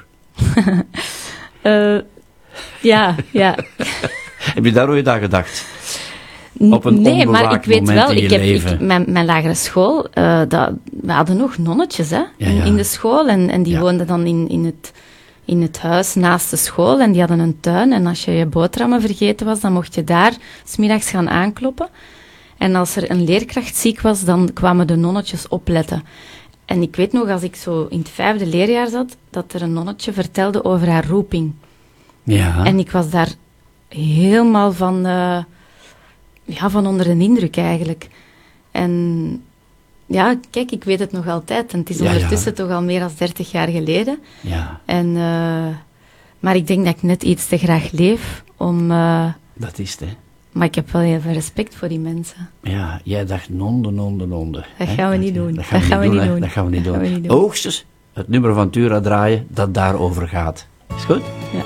Eh, ja, ja. Heb je daar ooit aan gedacht? N- Op een nee, maar onbewaakt ik weet moment wel, in je ik heb, leven. ik, mijn, mijn lagere school, eh, dat, we hadden nog nonnetjes hè, Ja, in, ja. in de school. En, en die Ja. woonden dan in, in, het, in het huis naast de school. En die hadden een tuin. En als je je boterhammen vergeten was, dan mocht je daar 's middags gaan aankloppen. En als er een leerkracht ziek was, dan kwamen de nonnetjes opletten. En ik weet nog, als ik zo in het vijfde leerjaar zat, dat er een nonnetje vertelde over haar roeping. Ja. En ik was daar helemaal van, eh, ja, van onder de indruk eigenlijk. En ja, kijk, ik weet het nog altijd. En het is Ja, ja. ondertussen toch al meer dan dertig jaar geleden. Ja, En, eh, maar ik denk dat ik net iets te graag leef om... eh, dat is het, hè. maar ik heb wel heel veel respect voor die mensen. Ja, jij dacht nonde, nonde, nonde. Dat hè? gaan we niet doen. Dat gaan we niet hè. doen. Dat gaan we niet Dat doen. gaan we niet doen. Hoogstens het nummer van Tura draaien dat daarover gaat. Is goed? Ja.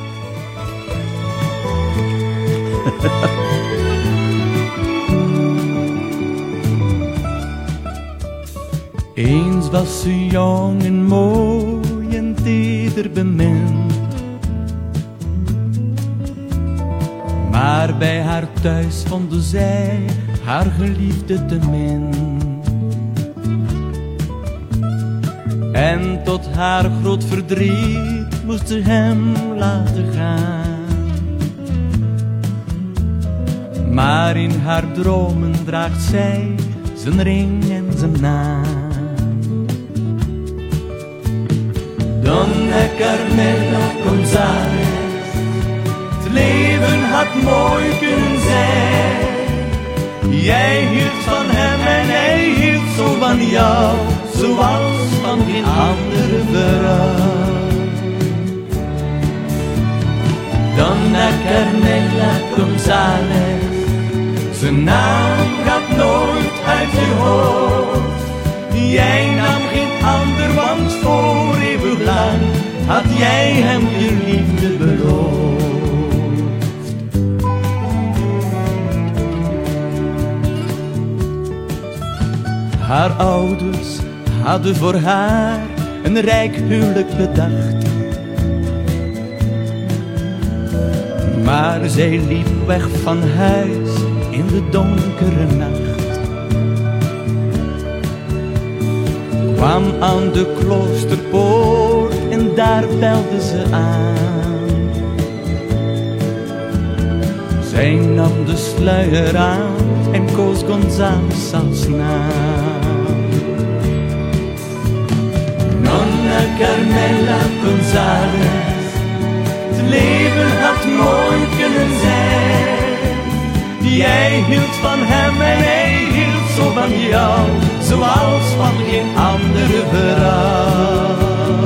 Eens was ze jong en mooi en teder bemind. Maar bij haar thuis vonden zij haar geliefde te min. En tot haar groot verdriet moest ze hem laten gaan. Maar in haar dromen draagt zij zijn ring en zijn naam. Donna Carmela González, het leven had mooi kunnen zijn. Jij hield van hem en hij hield zo van jou, zoals van geen andere vrouw. Donna Carmela González, zijn naam gaat nooit uit je hoofd. Jij nam geen ander, want voor eeuwig lang had jij hem je liefde beloofd. Haar ouders hadden voor haar een rijk huwelijk bedacht. Maar zij liep weg van huis in de donkere nacht. Kwam aan de kloosterpoort en daar belde ze aan. Zij nam de sluier aan en koos Gonzales als naam. Nonna Carmela Gonzales, het leven had mooi kunnen zijn. Jij hield van hem en hij hield zo van jou, zoals van geen andere vrouw.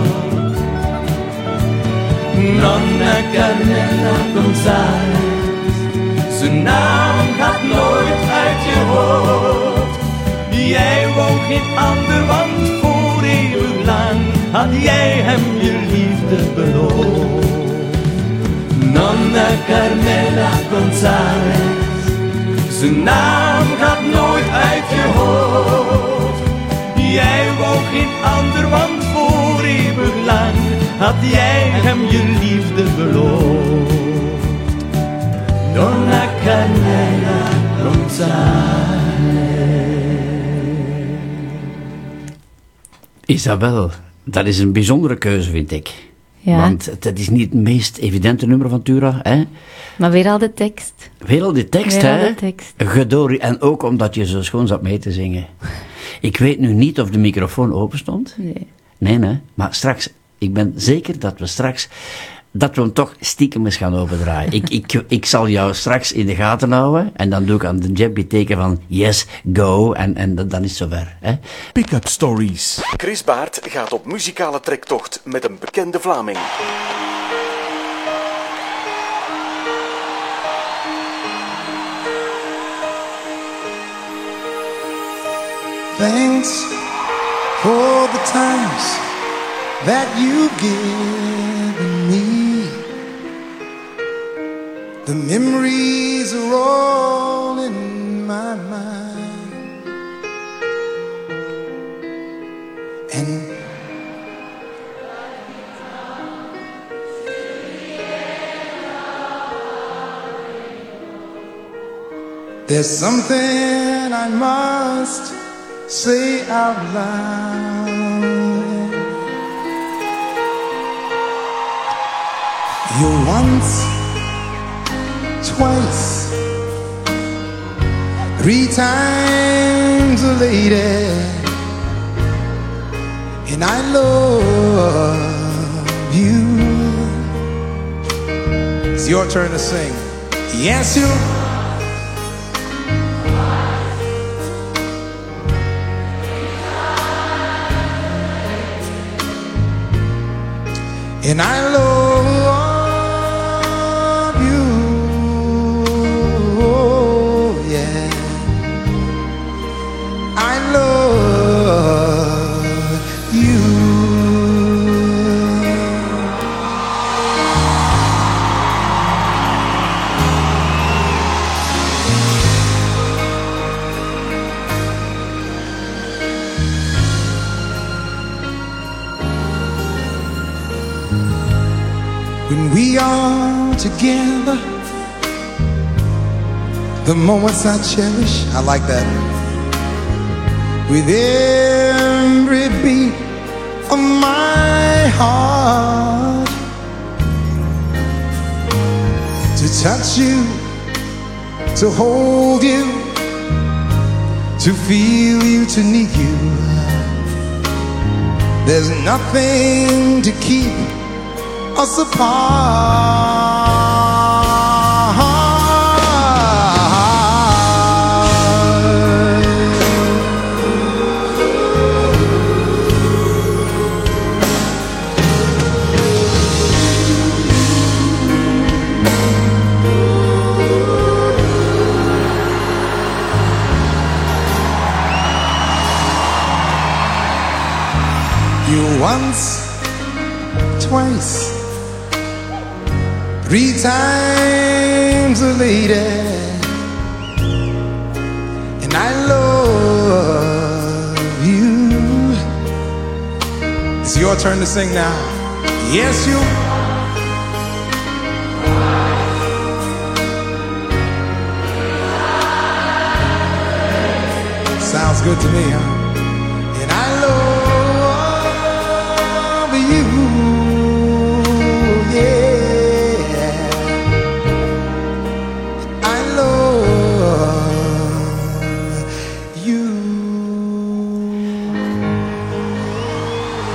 Nonna Carmela Gonzales, zijn naam gaat nooit uit je hoofd. Jij wou geen ander, want voor eeuwig lang had jij hem je liefde beloofd. Nonna Carmela Gonzales, zijn naam gaat nooit uit je hoofd. Jij wou geen ander, want voor eeuwig lang had jij hem je liefde beloofd. Donna Carmela Gonzales. Isabel, dat is een bijzondere keuze, vind ik. Ja. Want het is niet het meest evidente nummer van Tura, hè? Maar weer al de tekst. Weer al die tekst, Weer al hè? de tekst. Gedorie, en ook omdat je zo schoon zat mee te zingen. Ik weet nu niet of de microfoon open stond. Nee. Nee, nee. Maar straks, ik ben zeker dat we straks, dat we hem toch stiekem eens gaan opendraaien. ik, ik, ik zal jou straks in de gaten houden en dan doe ik aan de Jabby teken van yes, go, en, en dan is het zover. Hè? Pick-up Stories. Chris Baert gaat op muzikale trektocht met een bekende Vlaming. Thanks for the times that you've given me. The memories are all in my mind. And there's something I must say out loud. You're once, twice, three times a lady, and I love you. It's your turn to sing. Yes, you. And I love you, yeah. I love you. When we are together, the moments I cherish, I like that. With every beat of my heart, to touch you, to hold you, to feel you, to need you. There's nothing to keep us apart. You once, twice, three times a lady, and I love you. It's your turn to sing now. Yes, you. Sounds good to me, huh? And I love you, yeah. I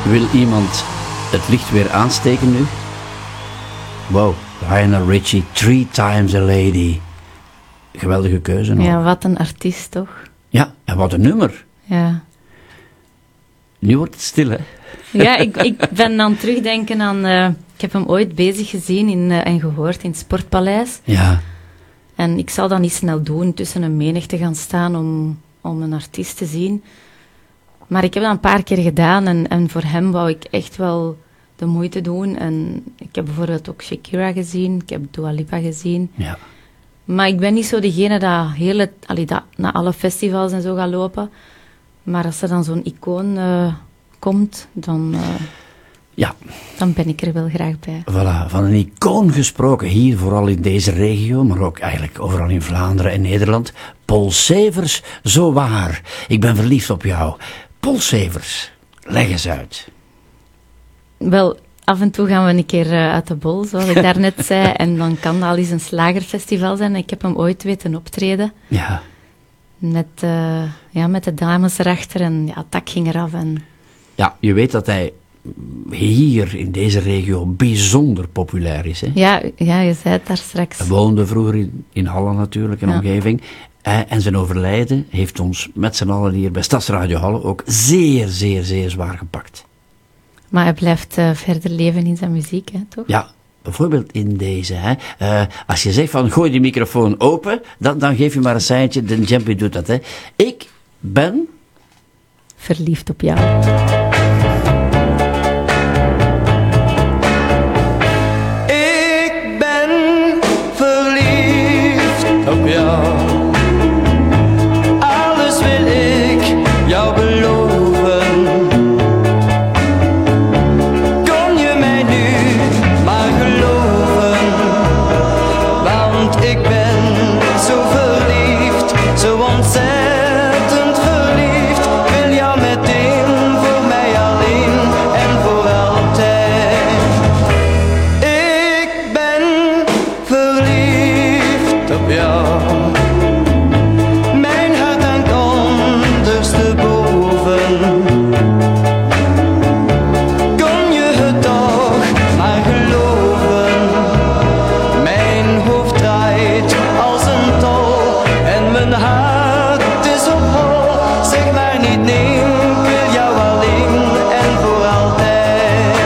Wil iemand het licht weer aansteken nu? Wow, Lionel Richie, Three Times a Lady. Geweldige keuze. Nog. Ja, wat een artiest toch? Ja, en wat een nummer. Ja. Nu wordt het stil, hè? Ja, ik, ik ben aan het terugdenken aan... Uh, ik heb hem ooit bezig gezien in, uh, en gehoord in het Sportpaleis. Ja. En ik zal dat niet snel doen, tussen een menigte gaan staan om, om een artiest te zien. Maar ik heb dat een paar keer gedaan en, en voor hem wou ik echt wel de moeite doen. En ik heb bijvoorbeeld ook Shakira gezien, ik heb Dua Lipa gezien. Ja. Maar ik ben niet zo degene dat, hele, allee, dat naar alle festivals en zo gaat lopen. Maar als er dan zo'n icoon uh, komt, dan, uh, ja. dan ben ik er wel graag bij. Voilà, van een icoon gesproken, hier vooral in deze regio, maar ook eigenlijk overal in Vlaanderen en Nederland. Paul Severs, zo waar. Ik ben verliefd op jou. Paul Severs, leg eens uit. Wel, af en toe gaan we een keer uh, uit de bol, zoals ik daarnet zei. En dan kan dat al eens een slagerfestival zijn. Ik heb hem ooit weten optreden. Ja. Met, uh, ja, met de dames erachter en ja, het dak ging eraf. En... Ja, je weet dat hij hier in deze regio bijzonder populair is. Hè? Ja, ja, je zei het daar straks. Hij woonde vroeger in, in Halle natuurlijk, in de ja. omgeving. Uh, en zijn overlijden heeft ons met z'n allen hier bij Stadsradio Halle ook zeer, zeer, zeer zwaar gepakt. Maar hij blijft uh, verder leven in zijn muziek, hè, toch? Ja, bijvoorbeeld in deze. Hè. Uh, als je zegt van gooi die microfoon open, dan, dan geef je maar een seintje. De Jumpy doet dat. Hè. Ik ben... verliefd op jou. Ik ben verliefd op jou. Alles wil ik jou beloven. Kon je mij nu maar geloven? Want ik ben zo verliefd, zo ontzettend verliefd. Ik wil jou meteen voor mij alleen en voor altijd. Ik ben verliefd op jou. Mijn hart hangt ondersteboven. Kon je het toch maar geloven? Mijn hoofd draait als een tol en mijn hart is op hol. Zeg maar niet nee, ik wil jou alleen en voor altijd.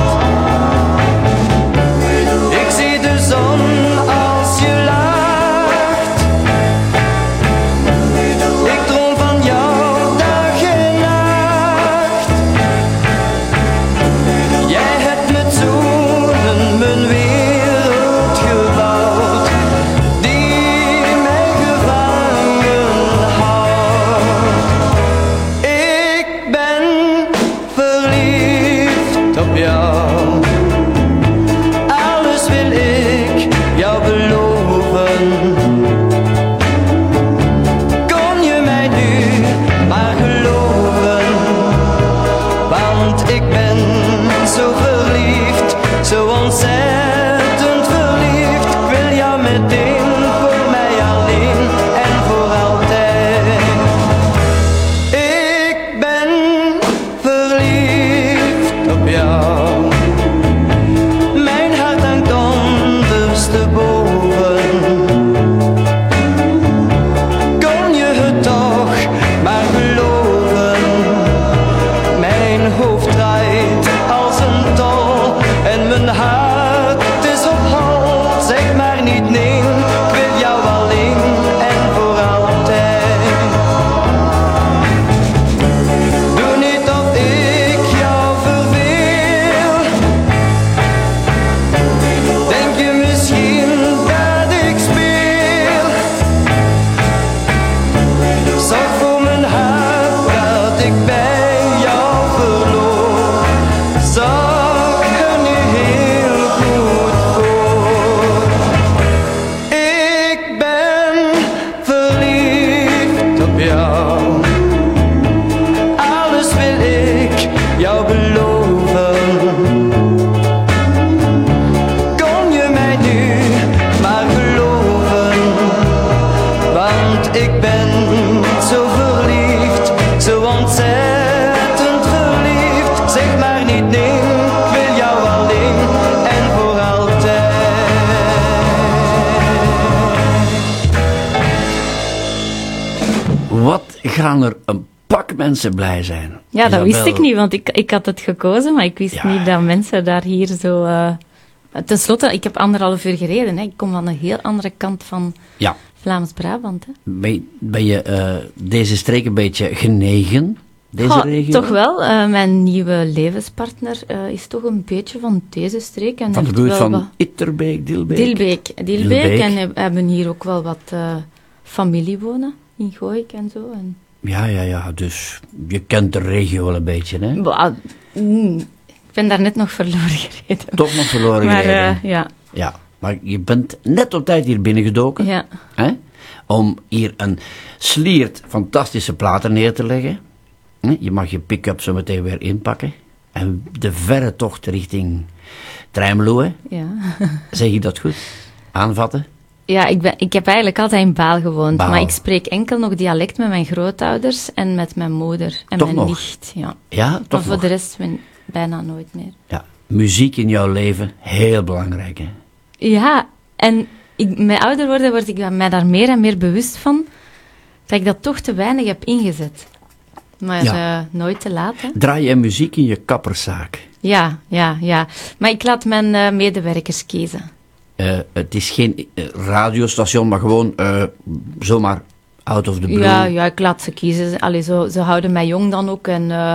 Ik zie de zon als je lacht. Ik droom van jou dag en nacht. Jij hebt met zoenen mijn wereld gebouwd, die mij gevangen houdt. Ik ben verliefd op jou. Alles wil ik jou beloven. Kon je mij nu maar geloven? Want ik ben zo verliefd, zo ontzettend verliefd. Ik wil jou meteen voor mij alleen en voor altijd. Ik ben verliefd op jou. Mijn hart hangt ondersteboven. Kon je het toch maar geloven? Mijn hoofd draait als een tol en mijn hart is op hol. Zeg maar niet nee, ik wil jou alleen en voor altijd. Doe niet of ik jou verveel. Denk je misschien dat ik speel? Zorg voor mijn hart dat ik bij jou verloor. Zorg er nu heel goed voor. Ik ben verliefd op jou. Alles wil ik jou beloven. Kon je mij nu maar geloven? Want ik ben zo verliefd, zo ontzettend verliefd. zeg maar niet nee, ik wil jou alleen en voor altijd. Wat gaan er een pak mensen blij zijn. Ja, dat Isabel. wist ik niet, want ik, ik had het gekozen, maar ik wist Ja. niet dat mensen daar hier zo... Uh... Ten slotte, ik heb anderhalf uur gereden. Hè. Ik kom van een heel andere kant van Ja. Vlaams-Brabant. Hè. Ben, ben je uh, deze streek een beetje genegen? Deze Goh, regio? toch wel. Uh, mijn nieuwe levenspartner uh, is toch een beetje van deze streek. En Van de heeft buurt wel van wat... Itterbeek, Dilbeek? Dilbeek. Dilbeek. Dilbeek. En we hebben hier ook wel wat uh, familie wonen. In Gooik en zo. En... Ja, ja, ja. Dus je kent de regio wel een beetje, hè? Bah, mm, ik ben daar net nog verloren gereden. Toch nog verloren maar, gereden. Uh, ja. Ja, maar je bent net op tijd hier binnengedoken. Ja. Hè? Om hier een sliert fantastische platen neer te leggen. Hè? Je mag je pick-up zo meteen weer inpakken. En de verre tocht richting Treimelo, hè? Ja. Zeg je dat goed? Aanvatten? Ja, ik, ben, ik heb eigenlijk altijd in Baal gewoond. Baal. Maar ik spreek enkel nog dialect met mijn grootouders en met mijn moeder en Toch mijn nog? nicht. Ja, Ja, maar toch voor nog? de rest ben, bijna nooit meer. Ja, muziek in jouw leven, heel belangrijk, hè? Ja, en ik, met ouder worden word ik mij daar meer en meer bewust van dat ik dat toch te weinig heb ingezet. Maar Ja. uh, nooit te laat, hè? Draai je muziek in je kapperszaak? Ja, ja, ja. Maar ik laat mijn uh, medewerkers kiezen. Uh, het is geen uh, radiostation, maar gewoon uh, zomaar out of the blue. Ja, ja, ik laat ze kiezen. Allee, zo, ze houden mij jong dan ook. En, uh,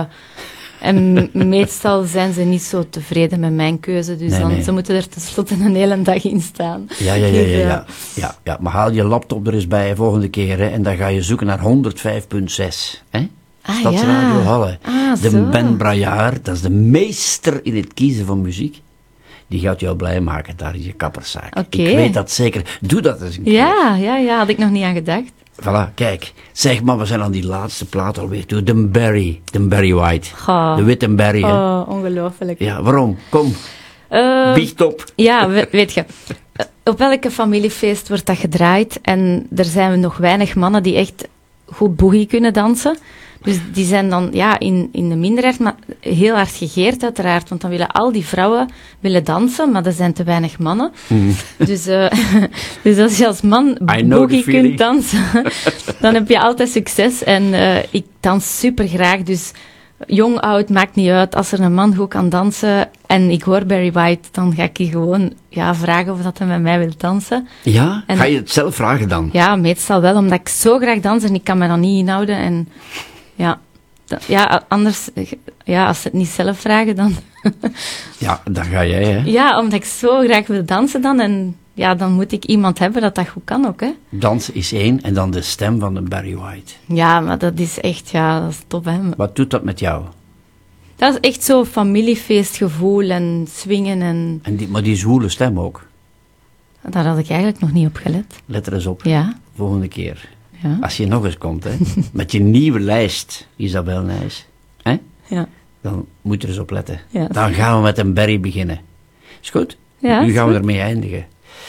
en meestal zijn ze niet zo tevreden met mijn keuze. Dus Nee, dan, nee. ze moeten er tenslotte een hele dag in staan. Ja, ja, ja, Dus, ja, uh, ja, ja, ja. Maar haal je laptop er eens bij volgende keer, hè, en dan ga je zoeken naar honderdvijf komma zes. Hè? Ah, Stadsradio ja. Halle. Ah, de zo. Ben Braillard, dat is de meester in het kiezen van muziek. Die gaat jou blij maken daar in je kapperszaak. Oké. Ik weet dat zeker. Doe dat eens een keer. Ja, ja, ja, had ik nog niet aan gedacht. Voilà, kijk. Zeg maar, we zijn aan die laatste plaat alweer toe. De Barry, de Barry White. Goh. De witte Barry, hè. Oh, ongelooflijk. Ja, waarom? Kom, Uh, biecht op. Ja, we- weet je, uh, op welke familiefeest wordt dat gedraaid? En er zijn nog weinig mannen die echt goed boogie kunnen dansen. Dus die zijn dan ja, in, in de minderheid, maar heel hard gegeerd uiteraard. Want dan willen al die vrouwen willen dansen, maar er zijn te weinig mannen. Mm. Dus, uh, dus als je als man I know the boogie feeling. kunt dansen, dan heb je altijd succes. En uh, ik dans super graag, dus jong, oud, maakt niet uit. Als er een man goed kan dansen en ik hoor Barry White, dan ga ik je gewoon ja, vragen of dat hij met mij wil dansen. Ja? En- Ga je het zelf vragen dan? Ja, meestal wel, omdat ik zo graag dans en ik kan me dan niet inhouden. En ja, dat- ja anders, ja, als ze het niet zelf vragen, dan... Ja, dan ga jij, hè. Ja, omdat ik zo graag wil dansen dan. En ja, dan moet ik iemand hebben dat dat goed kan ook, hè. Dans is één en dan de stem van de Barry White. Ja, maar dat is echt, ja, dat is top, hè. Wat doet dat met jou? Dat is echt zo'n familiefeestgevoel en swingen en... En die, maar die zwoele stem ook. Daar had ik eigenlijk nog niet op gelet. Let er eens op. Ja. Volgende keer. Ja. Als je nog eens komt, hè. Met je nieuwe lijst, Isabel Nijs. Hè? Ja. Dan moet je er eens op letten. Ja. Dan gaan we met een Barry beginnen. Is goed? Ja, Nu is gaan we goed. ermee eindigen.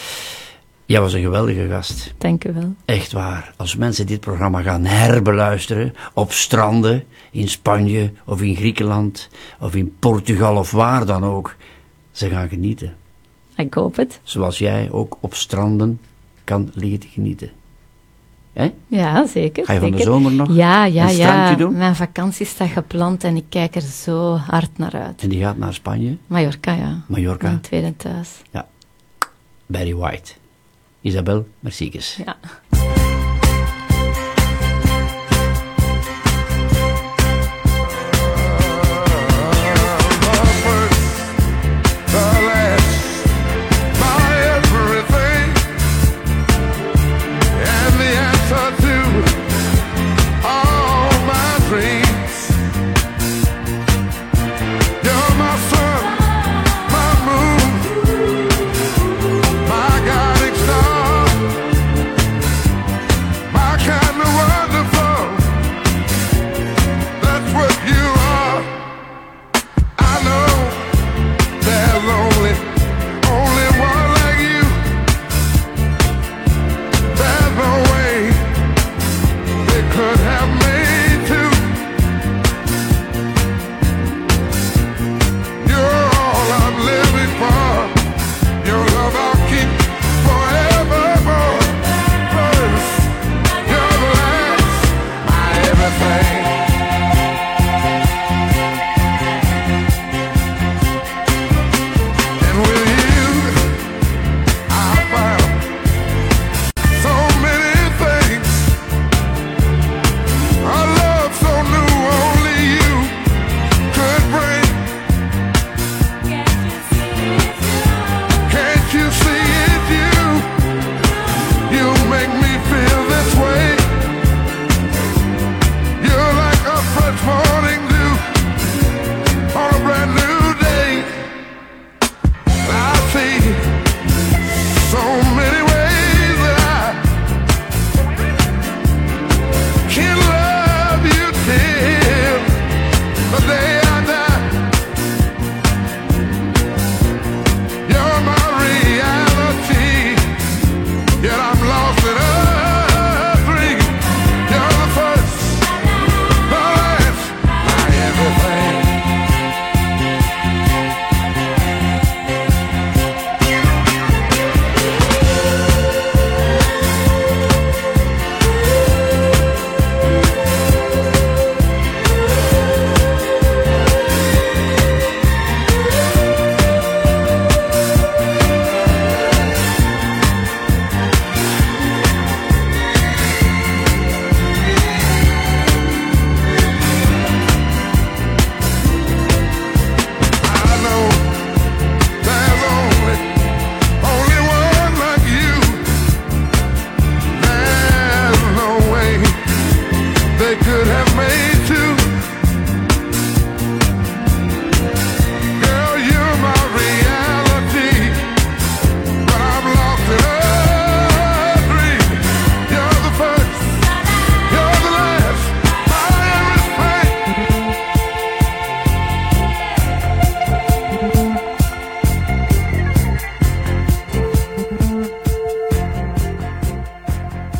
Jij was een geweldige gast. Dank u wel. Echt waar. Als mensen dit programma gaan herbeluisteren, op stranden, in Spanje of in Griekenland, of in Portugal of waar dan ook, ze gaan genieten. Ik hoop het. Zoals jij ook op stranden kan liggen te genieten. Hè? Ja, zeker. Ga je van de zeker. zomer nog Ja, ja, een ja. strandje doen? Mijn vakantie staat gepland en ik kijk er zo hard naar uit. En die gaat naar Spanje, Mallorca, ja. Mallorca. Mijn tweede thuis. Ja. Barry White. Isabel, merci. Ja.